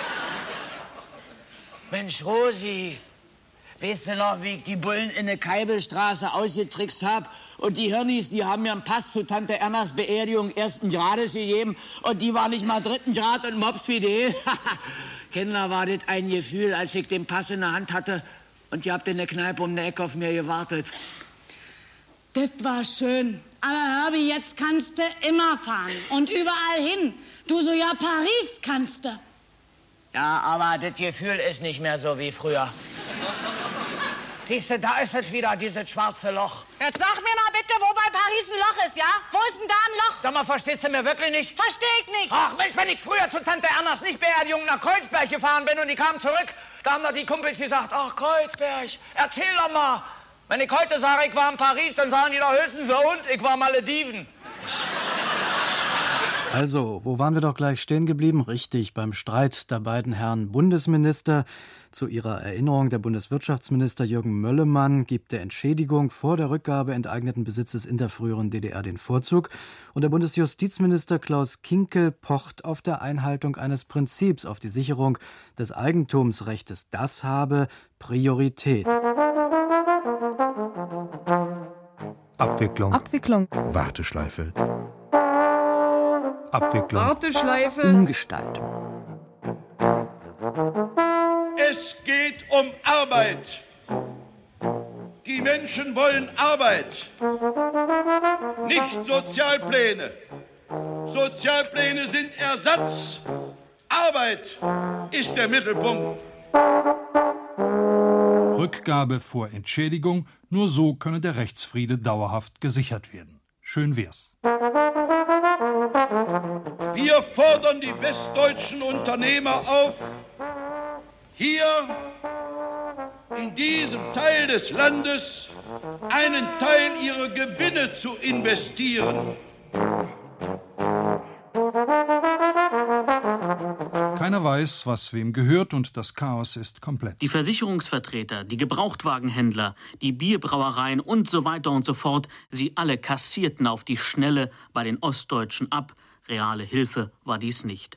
S9: Mensch, Rosi, weißt du noch, wie ich die Bullen in der Keibelstraße ausgetrickst hab? Und die Hirnis, die haben mir einen Pass zu Tante Ernas Beerdigung 1. Grades gegeben. Und die war nicht mal 3. Grad und mopsfidel. Kinder, war das ein Gefühl, als ich den Pass in der Hand hatte. Und ihr habt in der Kneipe um die Ecke auf mir gewartet.
S38: Das war schön. Aber Herbie, jetzt kannst du immer fahren. Und überall hin. Du so ja Paris kannst du.
S9: Ja, aber das Gefühl ist nicht mehr so wie früher. Siehst du, da ist es wieder, dieses schwarze Loch.
S38: Jetzt sag mir mal bitte, wo bei Paris ein Loch ist, ja? Wo ist denn da ein Loch?
S9: Sag mal, verstehst du mir wirklich nicht?
S38: Versteh ich nicht.
S9: Ach Mensch, wenn ich früher zu Tante Ernas Nicht-Beerdigung nach Kreuzberg gefahren bin und die kam zurück, da haben doch die Kumpels gesagt, ach Kreuzberg, erzähl doch mal. Wenn ich heute sage, ich war in Paris, dann sagen die doch höchstens so, und ich war Malediven.
S1: Also, wo waren wir doch gleich stehen geblieben? Richtig, beim Streit der beiden Herren Bundesminister. Zu ihrer Erinnerung, der Bundeswirtschaftsminister Jürgen Möllemann gibt der Entschädigung vor der Rückgabe enteigneten Besitzes in der früheren DDR den Vorzug. Und der Bundesjustizminister Klaus Kinkel pocht auf der Einhaltung eines Prinzips, auf die Sicherung des Eigentumsrechts. Das habe Priorität.
S5: Abwicklung.
S32: Warteschleife.
S5: Abwicklung.
S2: Warteschleife.
S1: Umgestaltung.
S7: Es geht um Arbeit. Die Menschen wollen Arbeit, nicht Sozialpläne. Sozialpläne sind Ersatz. Arbeit ist der Mittelpunkt.
S34: Rückgabe vor Entschädigung, nur so könne der Rechtsfriede dauerhaft gesichert werden. Schön wär's.
S7: Wir fordern die westdeutschen Unternehmer auf, hier in diesem Teil des Landes einen Teil ihrer Gewinne zu investieren.
S34: Keiner weiß, was wem gehört, und das Chaos ist komplett.
S10: Die Versicherungsvertreter, die Gebrauchtwagenhändler, die Bierbrauereien und so weiter und so fort, sie alle kassierten auf die Schnelle bei den Ostdeutschen ab. Reale Hilfe war dies nicht.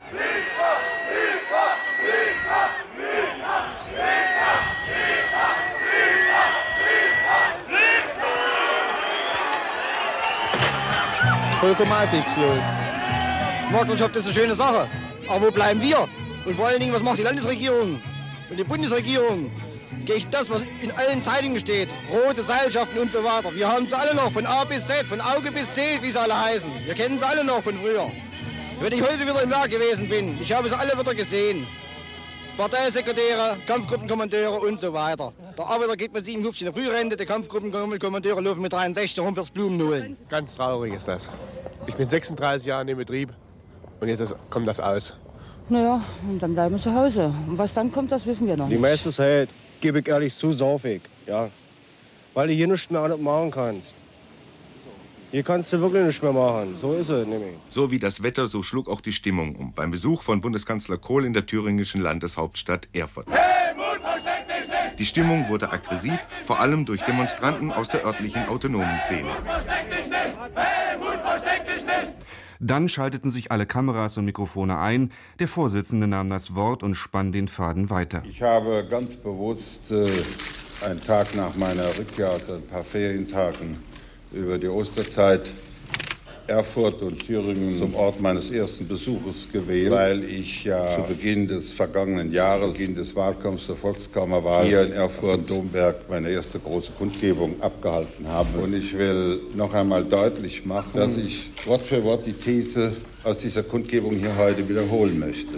S11: Vollkommen aussichtslos. Marktwirtschaft ist eine schöne Sache. Aber wo bleiben wir? Und vor allen Dingen, was macht die Landesregierung und die Bundesregierung gegen das, was in allen Zeitungen steht? Rote Seilschaften und so weiter. Wir haben sie alle noch, von A bis Z, von Auge bis Z, wie sie alle heißen. Wir kennen sie alle noch von früher. Wenn ich heute wieder im Werk gewesen bin, ich habe sie alle wieder gesehen. Parteisekretäre, Kampfgruppenkommandeure und so weiter. Der Arbeiter geht mit 57 in der Frührente, die Kampfgruppenkommandeure laufen mit 63 rum fürs Blumen holen.
S27: Ganz traurig ist das. Ich bin 36 Jahre in dem Betrieb und jetzt kommt das aus.
S12: Naja, und dann bleiben wir zu Hause. Und was dann kommt, das wissen wir noch nicht.
S27: Die meiste Zeit, gebe ich ehrlich zu, saufig. Ja. Weil du hier nichts mehr machen kannst. Hier kannst du wirklich nichts mehr machen. So ist es nämlich.
S29: So wie das Wetter, so schlug auch die Stimmung um beim Besuch von Bundeskanzler Kohl in der thüringischen Landeshauptstadt Erfurt.
S7: Helmut, versteck dich nicht!
S29: Die Stimmung wurde aggressiv, vor allem durch Demonstranten aus der örtlichen autonomen Szene.
S7: Versteck dich nicht! Helmut, versteck dich nicht!
S13: Dann schalteten sich alle Kameras und Mikrofone ein. Der Vorsitzende nahm das Wort und spann den Faden weiter.
S15: Ich habe ganz bewusst einen Tag nach meiner Rückkehr, also ein paar Ferientagen, über die Osterzeit Erfurt und Thüringen zum Ort meines ersten Besuches gewählt, weil ich ja zu Beginn des vergangenen Jahres, Beginn des Wahlkampfs der Volkskammerwahl hier in Erfurt-Domberg meine erste große Kundgebung abgehalten habe. Und ich will noch einmal deutlich machen, dass ich Wort für Wort die These aus dieser Kundgebung hier heute wiederholen möchte.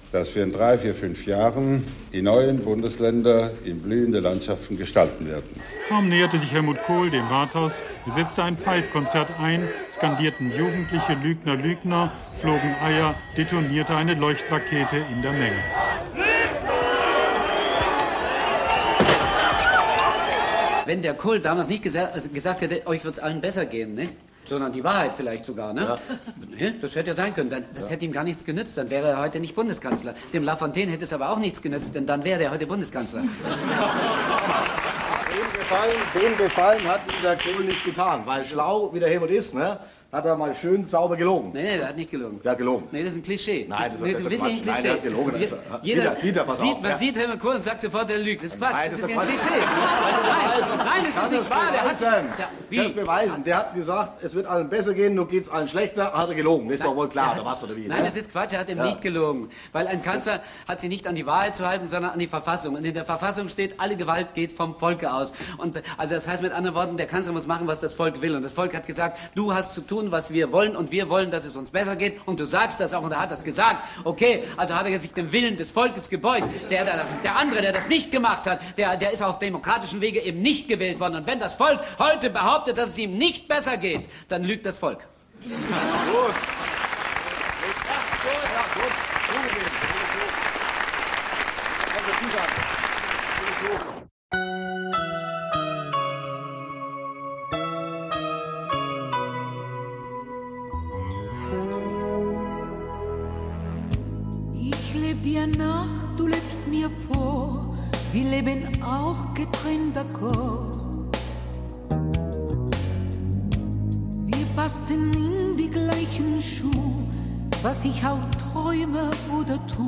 S15: dass wir in 3, 4, 5 Jahren die neuen Bundesländer in blühende Landschaften gestalten werden.
S5: Kaum näherte sich Helmut Kohl dem Rathaus, setzte ein Pfeifkonzert ein, skandierten Jugendliche Lügner, Lügner, flogen Eier, detonierte eine Leuchtrakete in der Menge.
S14: Wenn der Kohl damals nicht gesagt hätte, euch wird es allen besser gehen, ne? Sondern die Wahrheit vielleicht sogar, ne? Ja. Das hätte ja sein können. Das hätte ihm gar nichts genützt, dann wäre er heute nicht Bundeskanzler. Dem Lafontaine hätte es aber auch nichts genützt, denn dann wäre er heute Bundeskanzler.
S16: Den Gefallen hat ihm der Kohl nicht getan, weil schlau wie der Helmut ist, ne? Hat er mal schön sauber gelogen.
S14: Nee, der hat nicht gelogen.
S16: Der hat gelogen.
S14: Nee, das ist ein Klischee.
S16: Nein, das ist
S14: wirklich ein Klischee.
S16: Nein, der hat gelogen.
S14: Man sieht Helmut Kohl und sagt sofort, der lügt. Das ist Quatsch,
S16: Nein,
S14: das ist ein Klischee.
S16: Nein,
S14: das ist nicht wahr.
S16: Wie? Das beweisen. Der hat gesagt, es wird allen besser gehen, nun geht es allen schlechter, hat er gelogen. Das ist doch wohl klar, oder was, oder wie?
S14: Nein, das ist Quatsch, er hat ihm nicht gelogen. Weil ein Kanzler hat sich nicht an die Wahrheit zu halten, sondern an die Verfassung. Und in der Verfassung steht, alle Gewalt geht vom Volke aus. Und also das heißt mit anderen Worten, der Kanzler muss machen, was das Volk will. Und das Volk hat gesagt, du hast zu tun, was wir wollen, und wir wollen, dass es uns besser geht. Und du sagst das auch, und er hat das gesagt. Okay, also hat er sich dem Willen des Volkes gebeugt. Der andere, der das nicht gemacht hat, der ist auf demokratischen Wege eben nicht gewählt worden. Und wenn das Volk heute behauptet, dass es ihm nicht besser geht, dann lügt das Volk. Gut.
S17: Ich leb dir nach, du lebst mir vor, wir leben auch getrennter Chor. Wir passen in die gleichen Schuhe, was ich auch träume oder tu.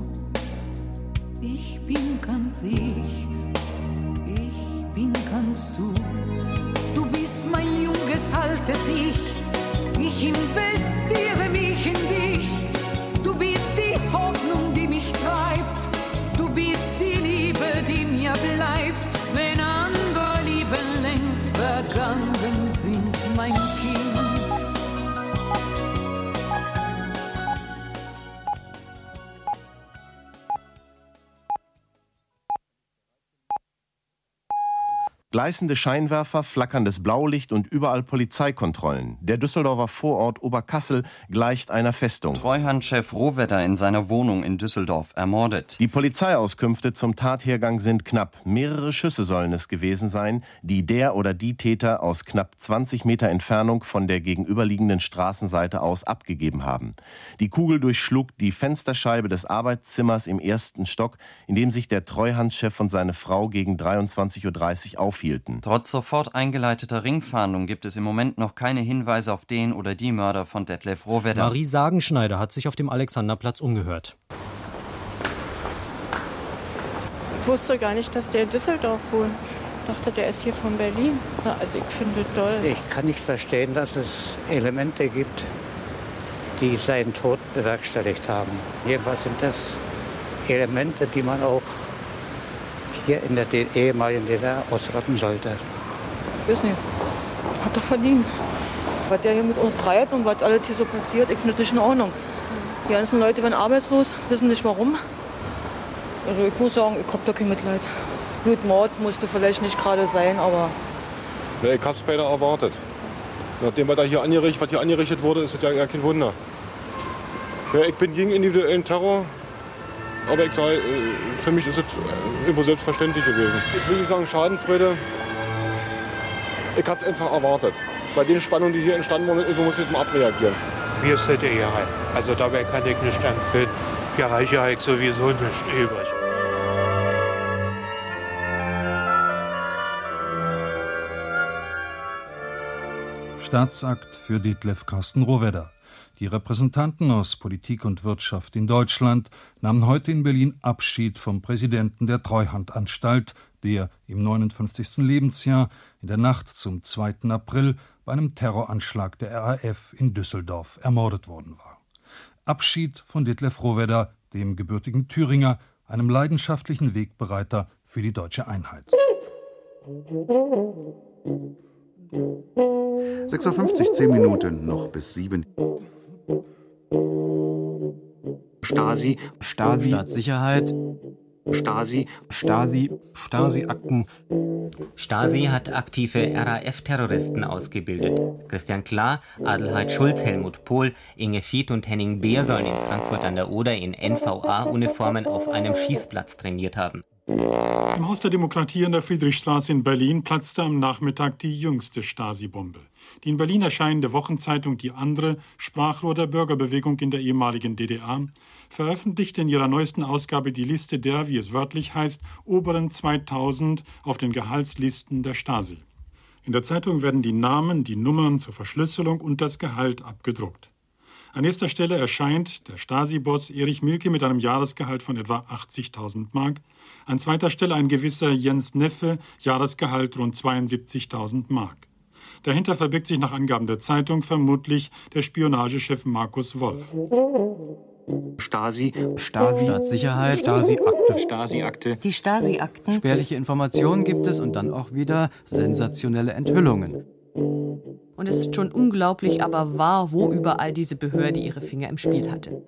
S17: Ich bin ganz ich bin ganz du. Du bist mein junges, altes Ich investiere mich in dich. Du bist die Hoffnung, die mich treibt. Du bist die Liebe, die mir bleibt, wenn andere Lieben längst vergangen sind, mein Kind.
S18: Gleißende Scheinwerfer, flackerndes Blaulicht und überall Polizeikontrollen. Der Düsseldorfer Vorort Oberkassel gleicht einer Festung.
S19: Treuhandchef Rohwedder in seiner Wohnung in Düsseldorf ermordet.
S18: Die Polizeiauskünfte zum Tathergang sind knapp. Mehrere Schüsse sollen es gewesen sein, die der oder die Täter aus knapp 20 Meter Entfernung von der gegenüberliegenden Straßenseite aus abgegeben haben. Die Kugel durchschlug die Fensterscheibe des Arbeitszimmers im ersten Stock, in dem sich der Treuhandchef und seine Frau gegen 23:30 Uhr aufhielten.
S19: Trotz sofort eingeleiteter Ringfahndung gibt es im Moment noch keine Hinweise auf den oder die Mörder von Detlef Rohwedder.
S20: Marie Sagenschneider hat sich auf dem Alexanderplatz umgehört.
S21: Ich wusste gar nicht, dass der in Düsseldorf wohnt. Ich dachte, der ist hier von Berlin. Also ich finde das toll.
S22: Ich kann nicht verstehen, dass es Elemente gibt, die seinen Tod bewerkstelligt haben. Jedenfalls sind das Elemente, die man auch hier in der ehemaligen DDR ausrotten sollte.
S2: Ich weiß nicht. Hat er verdient. Was der hier mit uns treibt und was alles hier so passiert, ich finde das nicht in Ordnung. Die ganzen Leute werden arbeitslos, wissen nicht warum. Also ich muss sagen, ich habe da kein Mitleid. Gut, Mord musste vielleicht nicht gerade sein, aber...
S27: Ja, ich hab's beinahe erwartet. Nachdem was hier angerichtet wurde, ist das ja kein Wunder. Ja, ich bin gegen individuellen Terror. Aber ich sage, für mich ist es irgendwo selbstverständlich gewesen. Ich will nicht sagen Schadenfreude. Ich habe es einfach erwartet. Bei den Spannungen, die hier entstanden wurden, irgendwo muss ich mal abreagieren.
S23: Wir sind eher rein. Also dabei kann ich nicht empfehlen. Für Reiche habe ich sowieso nicht übrig.
S34: Staatsakt für Detlef Carsten Rohwedder. Die Repräsentanten aus Politik und Wirtschaft in Deutschland nahmen heute in Berlin Abschied vom Präsidenten der Treuhandanstalt, der im 59. Lebensjahr in der Nacht zum 2. April bei einem Terroranschlag der RAF in Düsseldorf ermordet worden war. Abschied von Detlef Rohwedder, dem gebürtigen Thüringer, einem leidenschaftlichen Wegbereiter für die deutsche Einheit.
S32: 6:50 Uhr, 10 Minuten, noch bis 7.
S1: Stasi,
S20: Staatssicherheit,
S1: Stasi-Akten.
S3: Stasi hat aktive RAF-Terroristen ausgebildet. Christian Klar, Adelheid Schulz, Helmut Pohl, Inge Fied und Henning Beer sollen in Frankfurt an der Oder in NVA-Uniformen auf einem Schießplatz trainiert haben.
S5: Im Haus der Demokratie an der Friedrichstraße in Berlin platzte am Nachmittag die jüngste Stasi-Bombe. Die in Berlin erscheinende Wochenzeitung Die Andere, Sprachrohr der Bürgerbewegung in der ehemaligen DDR, veröffentlichte in ihrer neuesten Ausgabe die Liste der, wie es wörtlich heißt, oberen 2000 auf den Gehaltslisten der Stasi. In der Zeitung werden die Namen, die Nummern zur Verschlüsselung und das Gehalt abgedruckt. An erster Stelle erscheint der Stasi-Boss Erich Mielke mit einem Jahresgehalt von etwa 80.000 Mark. An zweiter Stelle ein gewisser Jens Neffe, Jahresgehalt rund 72.000 Mark. Dahinter verbirgt sich nach Angaben der Zeitung vermutlich der Spionagechef Markus Wolf.
S1: Stasi,
S20: Staatssicherheit,
S1: Stasi-Akte.
S4: Die Stasi-Akten.
S20: Spärliche Informationen gibt es und dann auch wieder sensationelle Enthüllungen.
S4: Und es ist schon unglaublich, aber wahr, wo überall diese Behörde ihre Finger im Spiel hatte.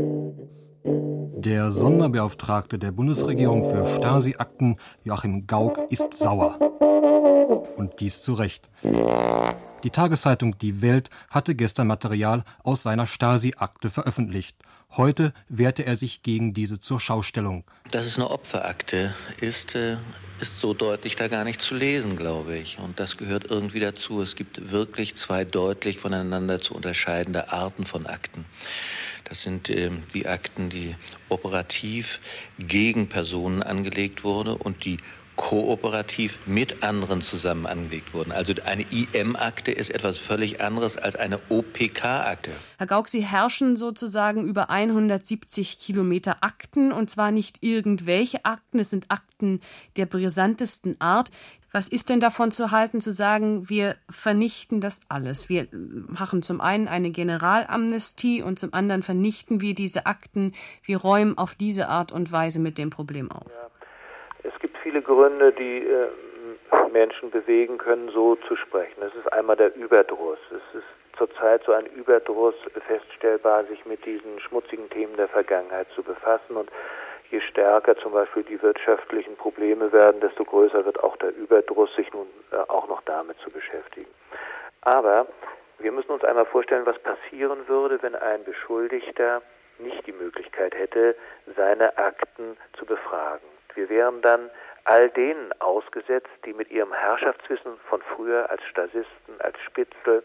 S1: Der Sonderbeauftragte der Bundesregierung für Stasi-Akten, Joachim Gauck, ist sauer. Und dies zu Recht. Die Tageszeitung Die Welt hatte gestern Material aus seiner Stasi-Akte veröffentlicht. Heute wehrte er sich gegen diese Zurschaustellung.
S6: Dass es eine Opferakte ist so deutlich da gar nicht zu lesen, glaube ich. Und das gehört irgendwie dazu. Es gibt wirklich zwei deutlich voneinander zu unterscheidende Arten von Akten. Das sind die Akten, die operativ gegen Personen angelegt wurden und die kooperativ mit anderen zusammen angelegt wurden. Also eine IM-Akte ist etwas völlig anderes als eine OPK-Akte.
S4: Herr Gauck, Sie herrschen sozusagen über 170 Kilometer Akten, und zwar nicht irgendwelche Akten, es sind Akten der brisantesten Art. Was ist denn davon zu halten, zu sagen, wir vernichten das alles? Wir machen zum einen eine Generalamnestie und zum anderen vernichten wir diese Akten. Wir räumen auf diese Art und Weise mit dem Problem auf.
S8: Ja. Es gibt viele Gründe, die Menschen bewegen können, so zu sprechen. Es ist einmal der Überdruss. Es ist zurzeit so ein Überdruss feststellbar, sich mit diesen schmutzigen Themen der Vergangenheit zu befassen. Und je stärker zum Beispiel die wirtschaftlichen Probleme werden, desto größer wird auch der Überdruss, sich nun auch noch damit zu beschäftigen. Aber wir müssen uns einmal vorstellen, was passieren würde, wenn ein Beschuldigter nicht die Möglichkeit hätte, seine Akten zu befragen. Wir wären dann all denen ausgesetzt, die mit ihrem Herrschaftswissen von früher als Stasisten, als Spitzel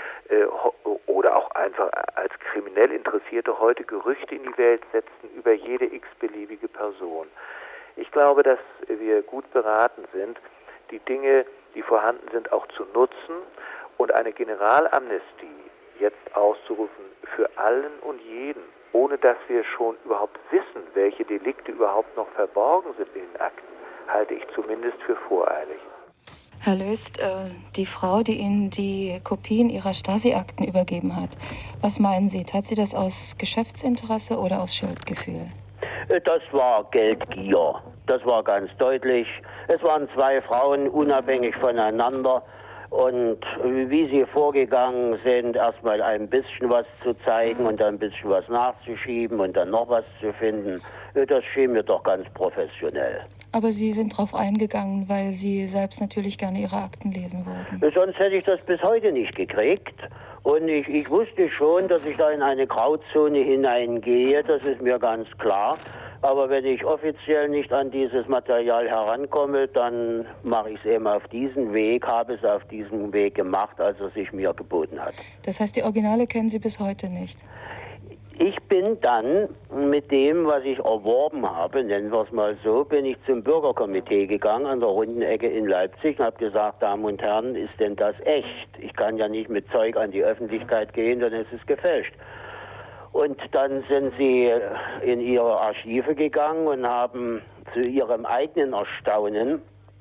S8: oder auch einfach als kriminell Interessierte heute Gerüchte in die Welt setzen über jede x-beliebige Person. Ich glaube, dass wir gut beraten sind, die Dinge, die vorhanden sind, auch zu nutzen und eine Generalamnestie jetzt auszurufen für allen und jeden, ohne dass wir schon überhaupt wissen, welche Delikte überhaupt noch verborgen sind in den Akten, halte ich zumindest für voreilig.
S9: Herr Löst, die Frau, die Ihnen die Kopien Ihrer Stasi-Akten übergeben hat, was meinen Sie? Tat sie das aus Geschäftsinteresse oder aus Schuldgefühl?
S10: Das war Geldgier. Das war ganz deutlich. Es waren zwei Frauen, unabhängig voneinander. Und wie sie vorgegangen sind, erstmal ein bisschen was zu zeigen und dann ein bisschen was nachzuschieben und dann noch was zu finden, das schien mir doch ganz professionell.
S9: Aber Sie sind darauf eingegangen, weil Sie selbst natürlich gerne Ihre Akten lesen wollten.
S10: Sonst hätte ich das bis heute nicht gekriegt. Und ich wusste schon, dass ich da in eine Grauzone hineingehe, das ist mir ganz klar. Aber wenn ich offiziell nicht an dieses Material herankomme, dann mache ich es eben auf diesen Weg, habe es auf diesem Weg gemacht, als es sich mir geboten hat.
S9: Das heißt, die Originale kennen Sie bis heute nicht?
S10: Ich bin dann mit dem, was ich erworben habe, nennen wir es mal so, bin ich zum Bürgerkomitee gegangen an der Runden Ecke in Leipzig und habe gesagt, Damen und Herren, ist denn das echt? Ich kann ja nicht mit Zeug an die Öffentlichkeit gehen, dann ist es gefälscht. Und dann sind sie in ihre Archive gegangen und haben zu ihrem eigenen Erstaunen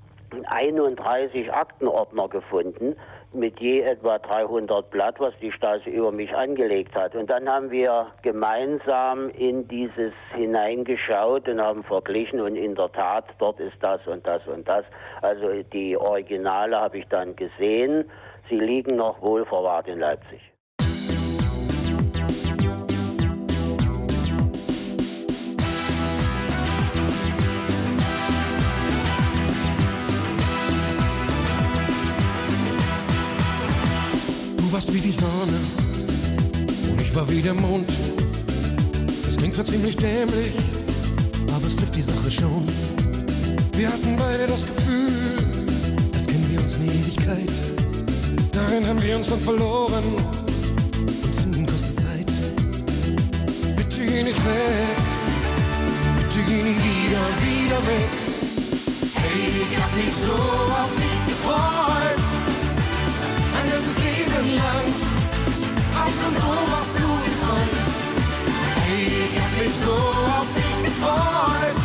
S10: 31 Aktenordner gefunden, mit je etwa 300 Blatt, was die Stasi über mich angelegt hat. Und dann haben wir gemeinsam in dieses hineingeschaut und haben verglichen und in der Tat, dort ist das und das und das. Also die Originale habe ich dann gesehen. Sie liegen noch wohlverwahrt in Leipzig.
S7: warst wie die Sonne und ich war wie der Mond. Das klingt zwar ziemlich dämlich, aber es trifft die Sache schon. Wir hatten beide das Gefühl, als kennen wir uns eine Ewigkeit. Darin haben wir uns dann verloren und finden kostet Zeit. Bitte geh nicht weg, bitte geh nie wieder weg. Hey, ich hab mich so auf dich gefreut, ein ganzes Leben lang, auch von sowas nur geträumt. Hey, ich hab mich so auf dich gefreut.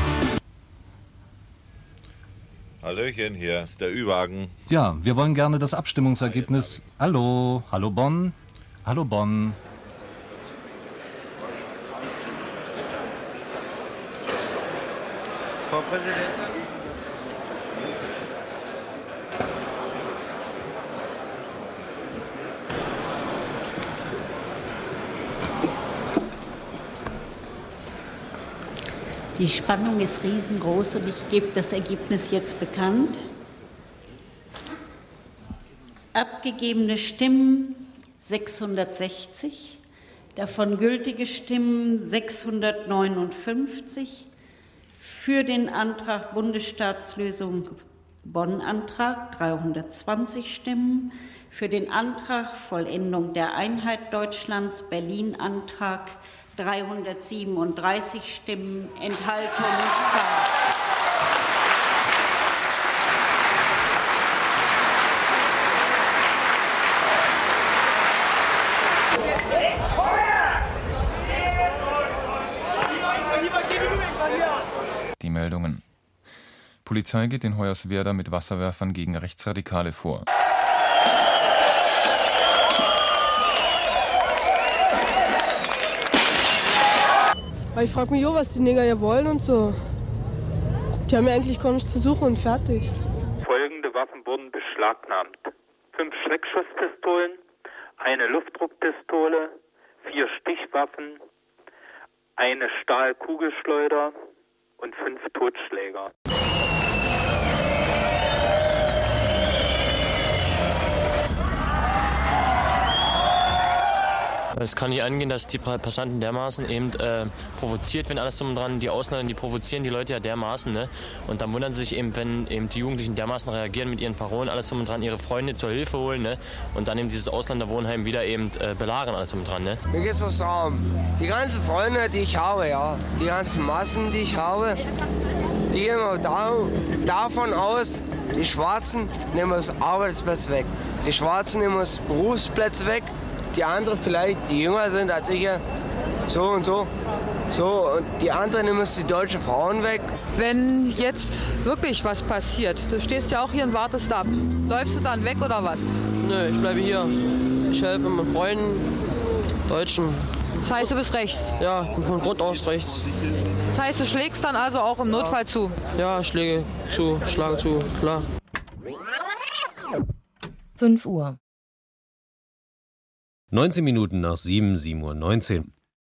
S11: Hallöchen, hier ist der Ü-Wagen.
S1: Ja, wir wollen gerne das Abstimmungsergebnis. Hallo Bonn. Hallo Bonn.
S11: Frau Präsidentin.
S12: Die Spannung ist riesengroß und ich gebe das Ergebnis jetzt bekannt. Abgegebene Stimmen 660, davon gültige Stimmen 659, für den Antrag Bundesstaatslösung Bonn-Antrag 320 Stimmen, für den Antrag Vollendung der Einheit Deutschlands Berlin-Antrag 337 Stimmen, Enthaltung 2.
S13: Die Meldungen. Polizei geht in Hoyerswerda mit Wasserwerfern gegen Rechtsradikale vor.
S15: Ich frage mich auch, was die Neger hier wollen und so. Die haben ja eigentlich gar nichts zu suchen und fertig.
S16: Folgende Waffen wurden beschlagnahmt: 5 Schreckschusspistolen, eine Luftdruckpistole, 4 Stichwaffen, eine Stahlkugelschleuder und 5 Totschläger.
S24: Es kann nicht angehen, dass die Passanten dermaßen eben provoziert werden, alles drum und dran. Die Ausländer, die provozieren die Leute ja dermaßen, ne? Und dann wundern sie sich eben, wenn eben die Jugendlichen dermaßen reagieren mit ihren Parolen, alles drum und dran, ihre Freunde zur Hilfe holen, ne? Und dann eben dieses Ausländerwohnheim wieder eben belagern, alles drum und dran, ne?
S25: Mir geht's was darum. Die ganzen Freunde, die ich habe, ja, die ganzen Massen, die ich habe, die gehen davon aus, die Schwarzen nehmen das Arbeitsplatz weg. Die Schwarzen nehmen das Berufsplatz weg. Die anderen vielleicht, die jünger sind als ich, so und so. So, und die anderen nehmen es die deutschen Frauen weg.
S26: Wenn jetzt wirklich was passiert, du stehst ja auch hier und wartest ab, läufst du dann weg oder was?
S24: Nö, ich bleibe hier. Ich helfe meinen Freunden, Deutschen.
S26: Das heißt, du bist rechts?
S24: Ja, von Grund aus rechts.
S26: Das heißt, du schlägst dann also auch im Notfall zu?
S24: Ja, ich schlage zu, klar. 5 Uhr.
S25: 19 Minuten nach 7:19 Uhr.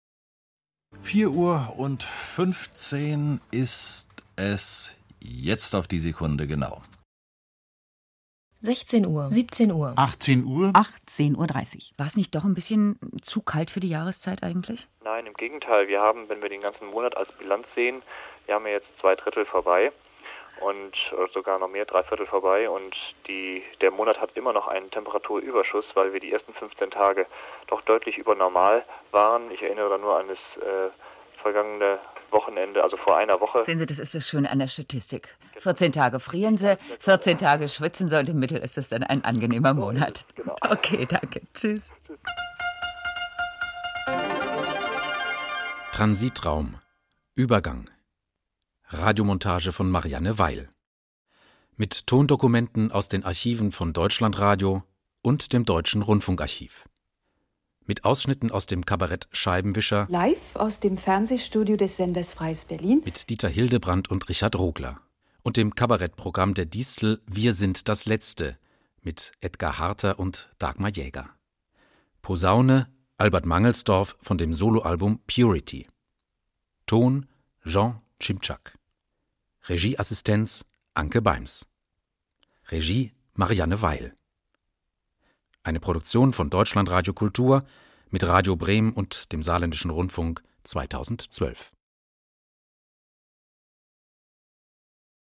S26: 4:15 ist es jetzt auf die Sekunde genau.
S24: 16 Uhr, 17 Uhr,
S28: 18 Uhr,
S29: 18:30 Uhr.
S28: War es nicht doch ein bisschen zu kalt für die Jahreszeit eigentlich?
S30: Nein, im Gegenteil. Wir haben, wenn wir den ganzen Monat als Bilanz sehen, wir haben ja jetzt 2/3 vorbei und sogar noch mehr, 3/4 vorbei, und der Monat hat immer noch einen Temperaturüberschuss, weil wir die ersten 15 Tage doch deutlich über normal waren. Ich erinnere da nur an das vergangene Wochenende, also vor einer Woche.
S28: Sehen Sie, das ist das Schöne an der Statistik. 14 Tage frieren Sie, 14 Tage schwitzen Sie und im Mittel ist es dann ein angenehmer Monat. Okay, danke. Tschüss.
S31: Transitraum. Übergang. Radiomontage von Marianne Weil. Mit Tondokumenten aus den Archiven von Deutschlandradio und dem Deutschen Rundfunkarchiv. Mit Ausschnitten aus dem Kabarett Scheibenwischer.
S33: Live aus dem Fernsehstudio des Senders Freies Berlin.
S31: Mit Dieter Hildebrandt und Richard Rogler. Und dem Kabarettprogramm der Distel Wir sind das Letzte mit Edgar Harter und Dagmar Jäger. Posaune Albert Mangelsdorf von dem Soloalbum Purity. Ton Jean Schimczak. Regieassistenz Anke Beims. Regie Marianne Weil. Eine Produktion von Deutschlandradio Kultur mit Radio Bremen und dem Saarländischen Rundfunk 2012.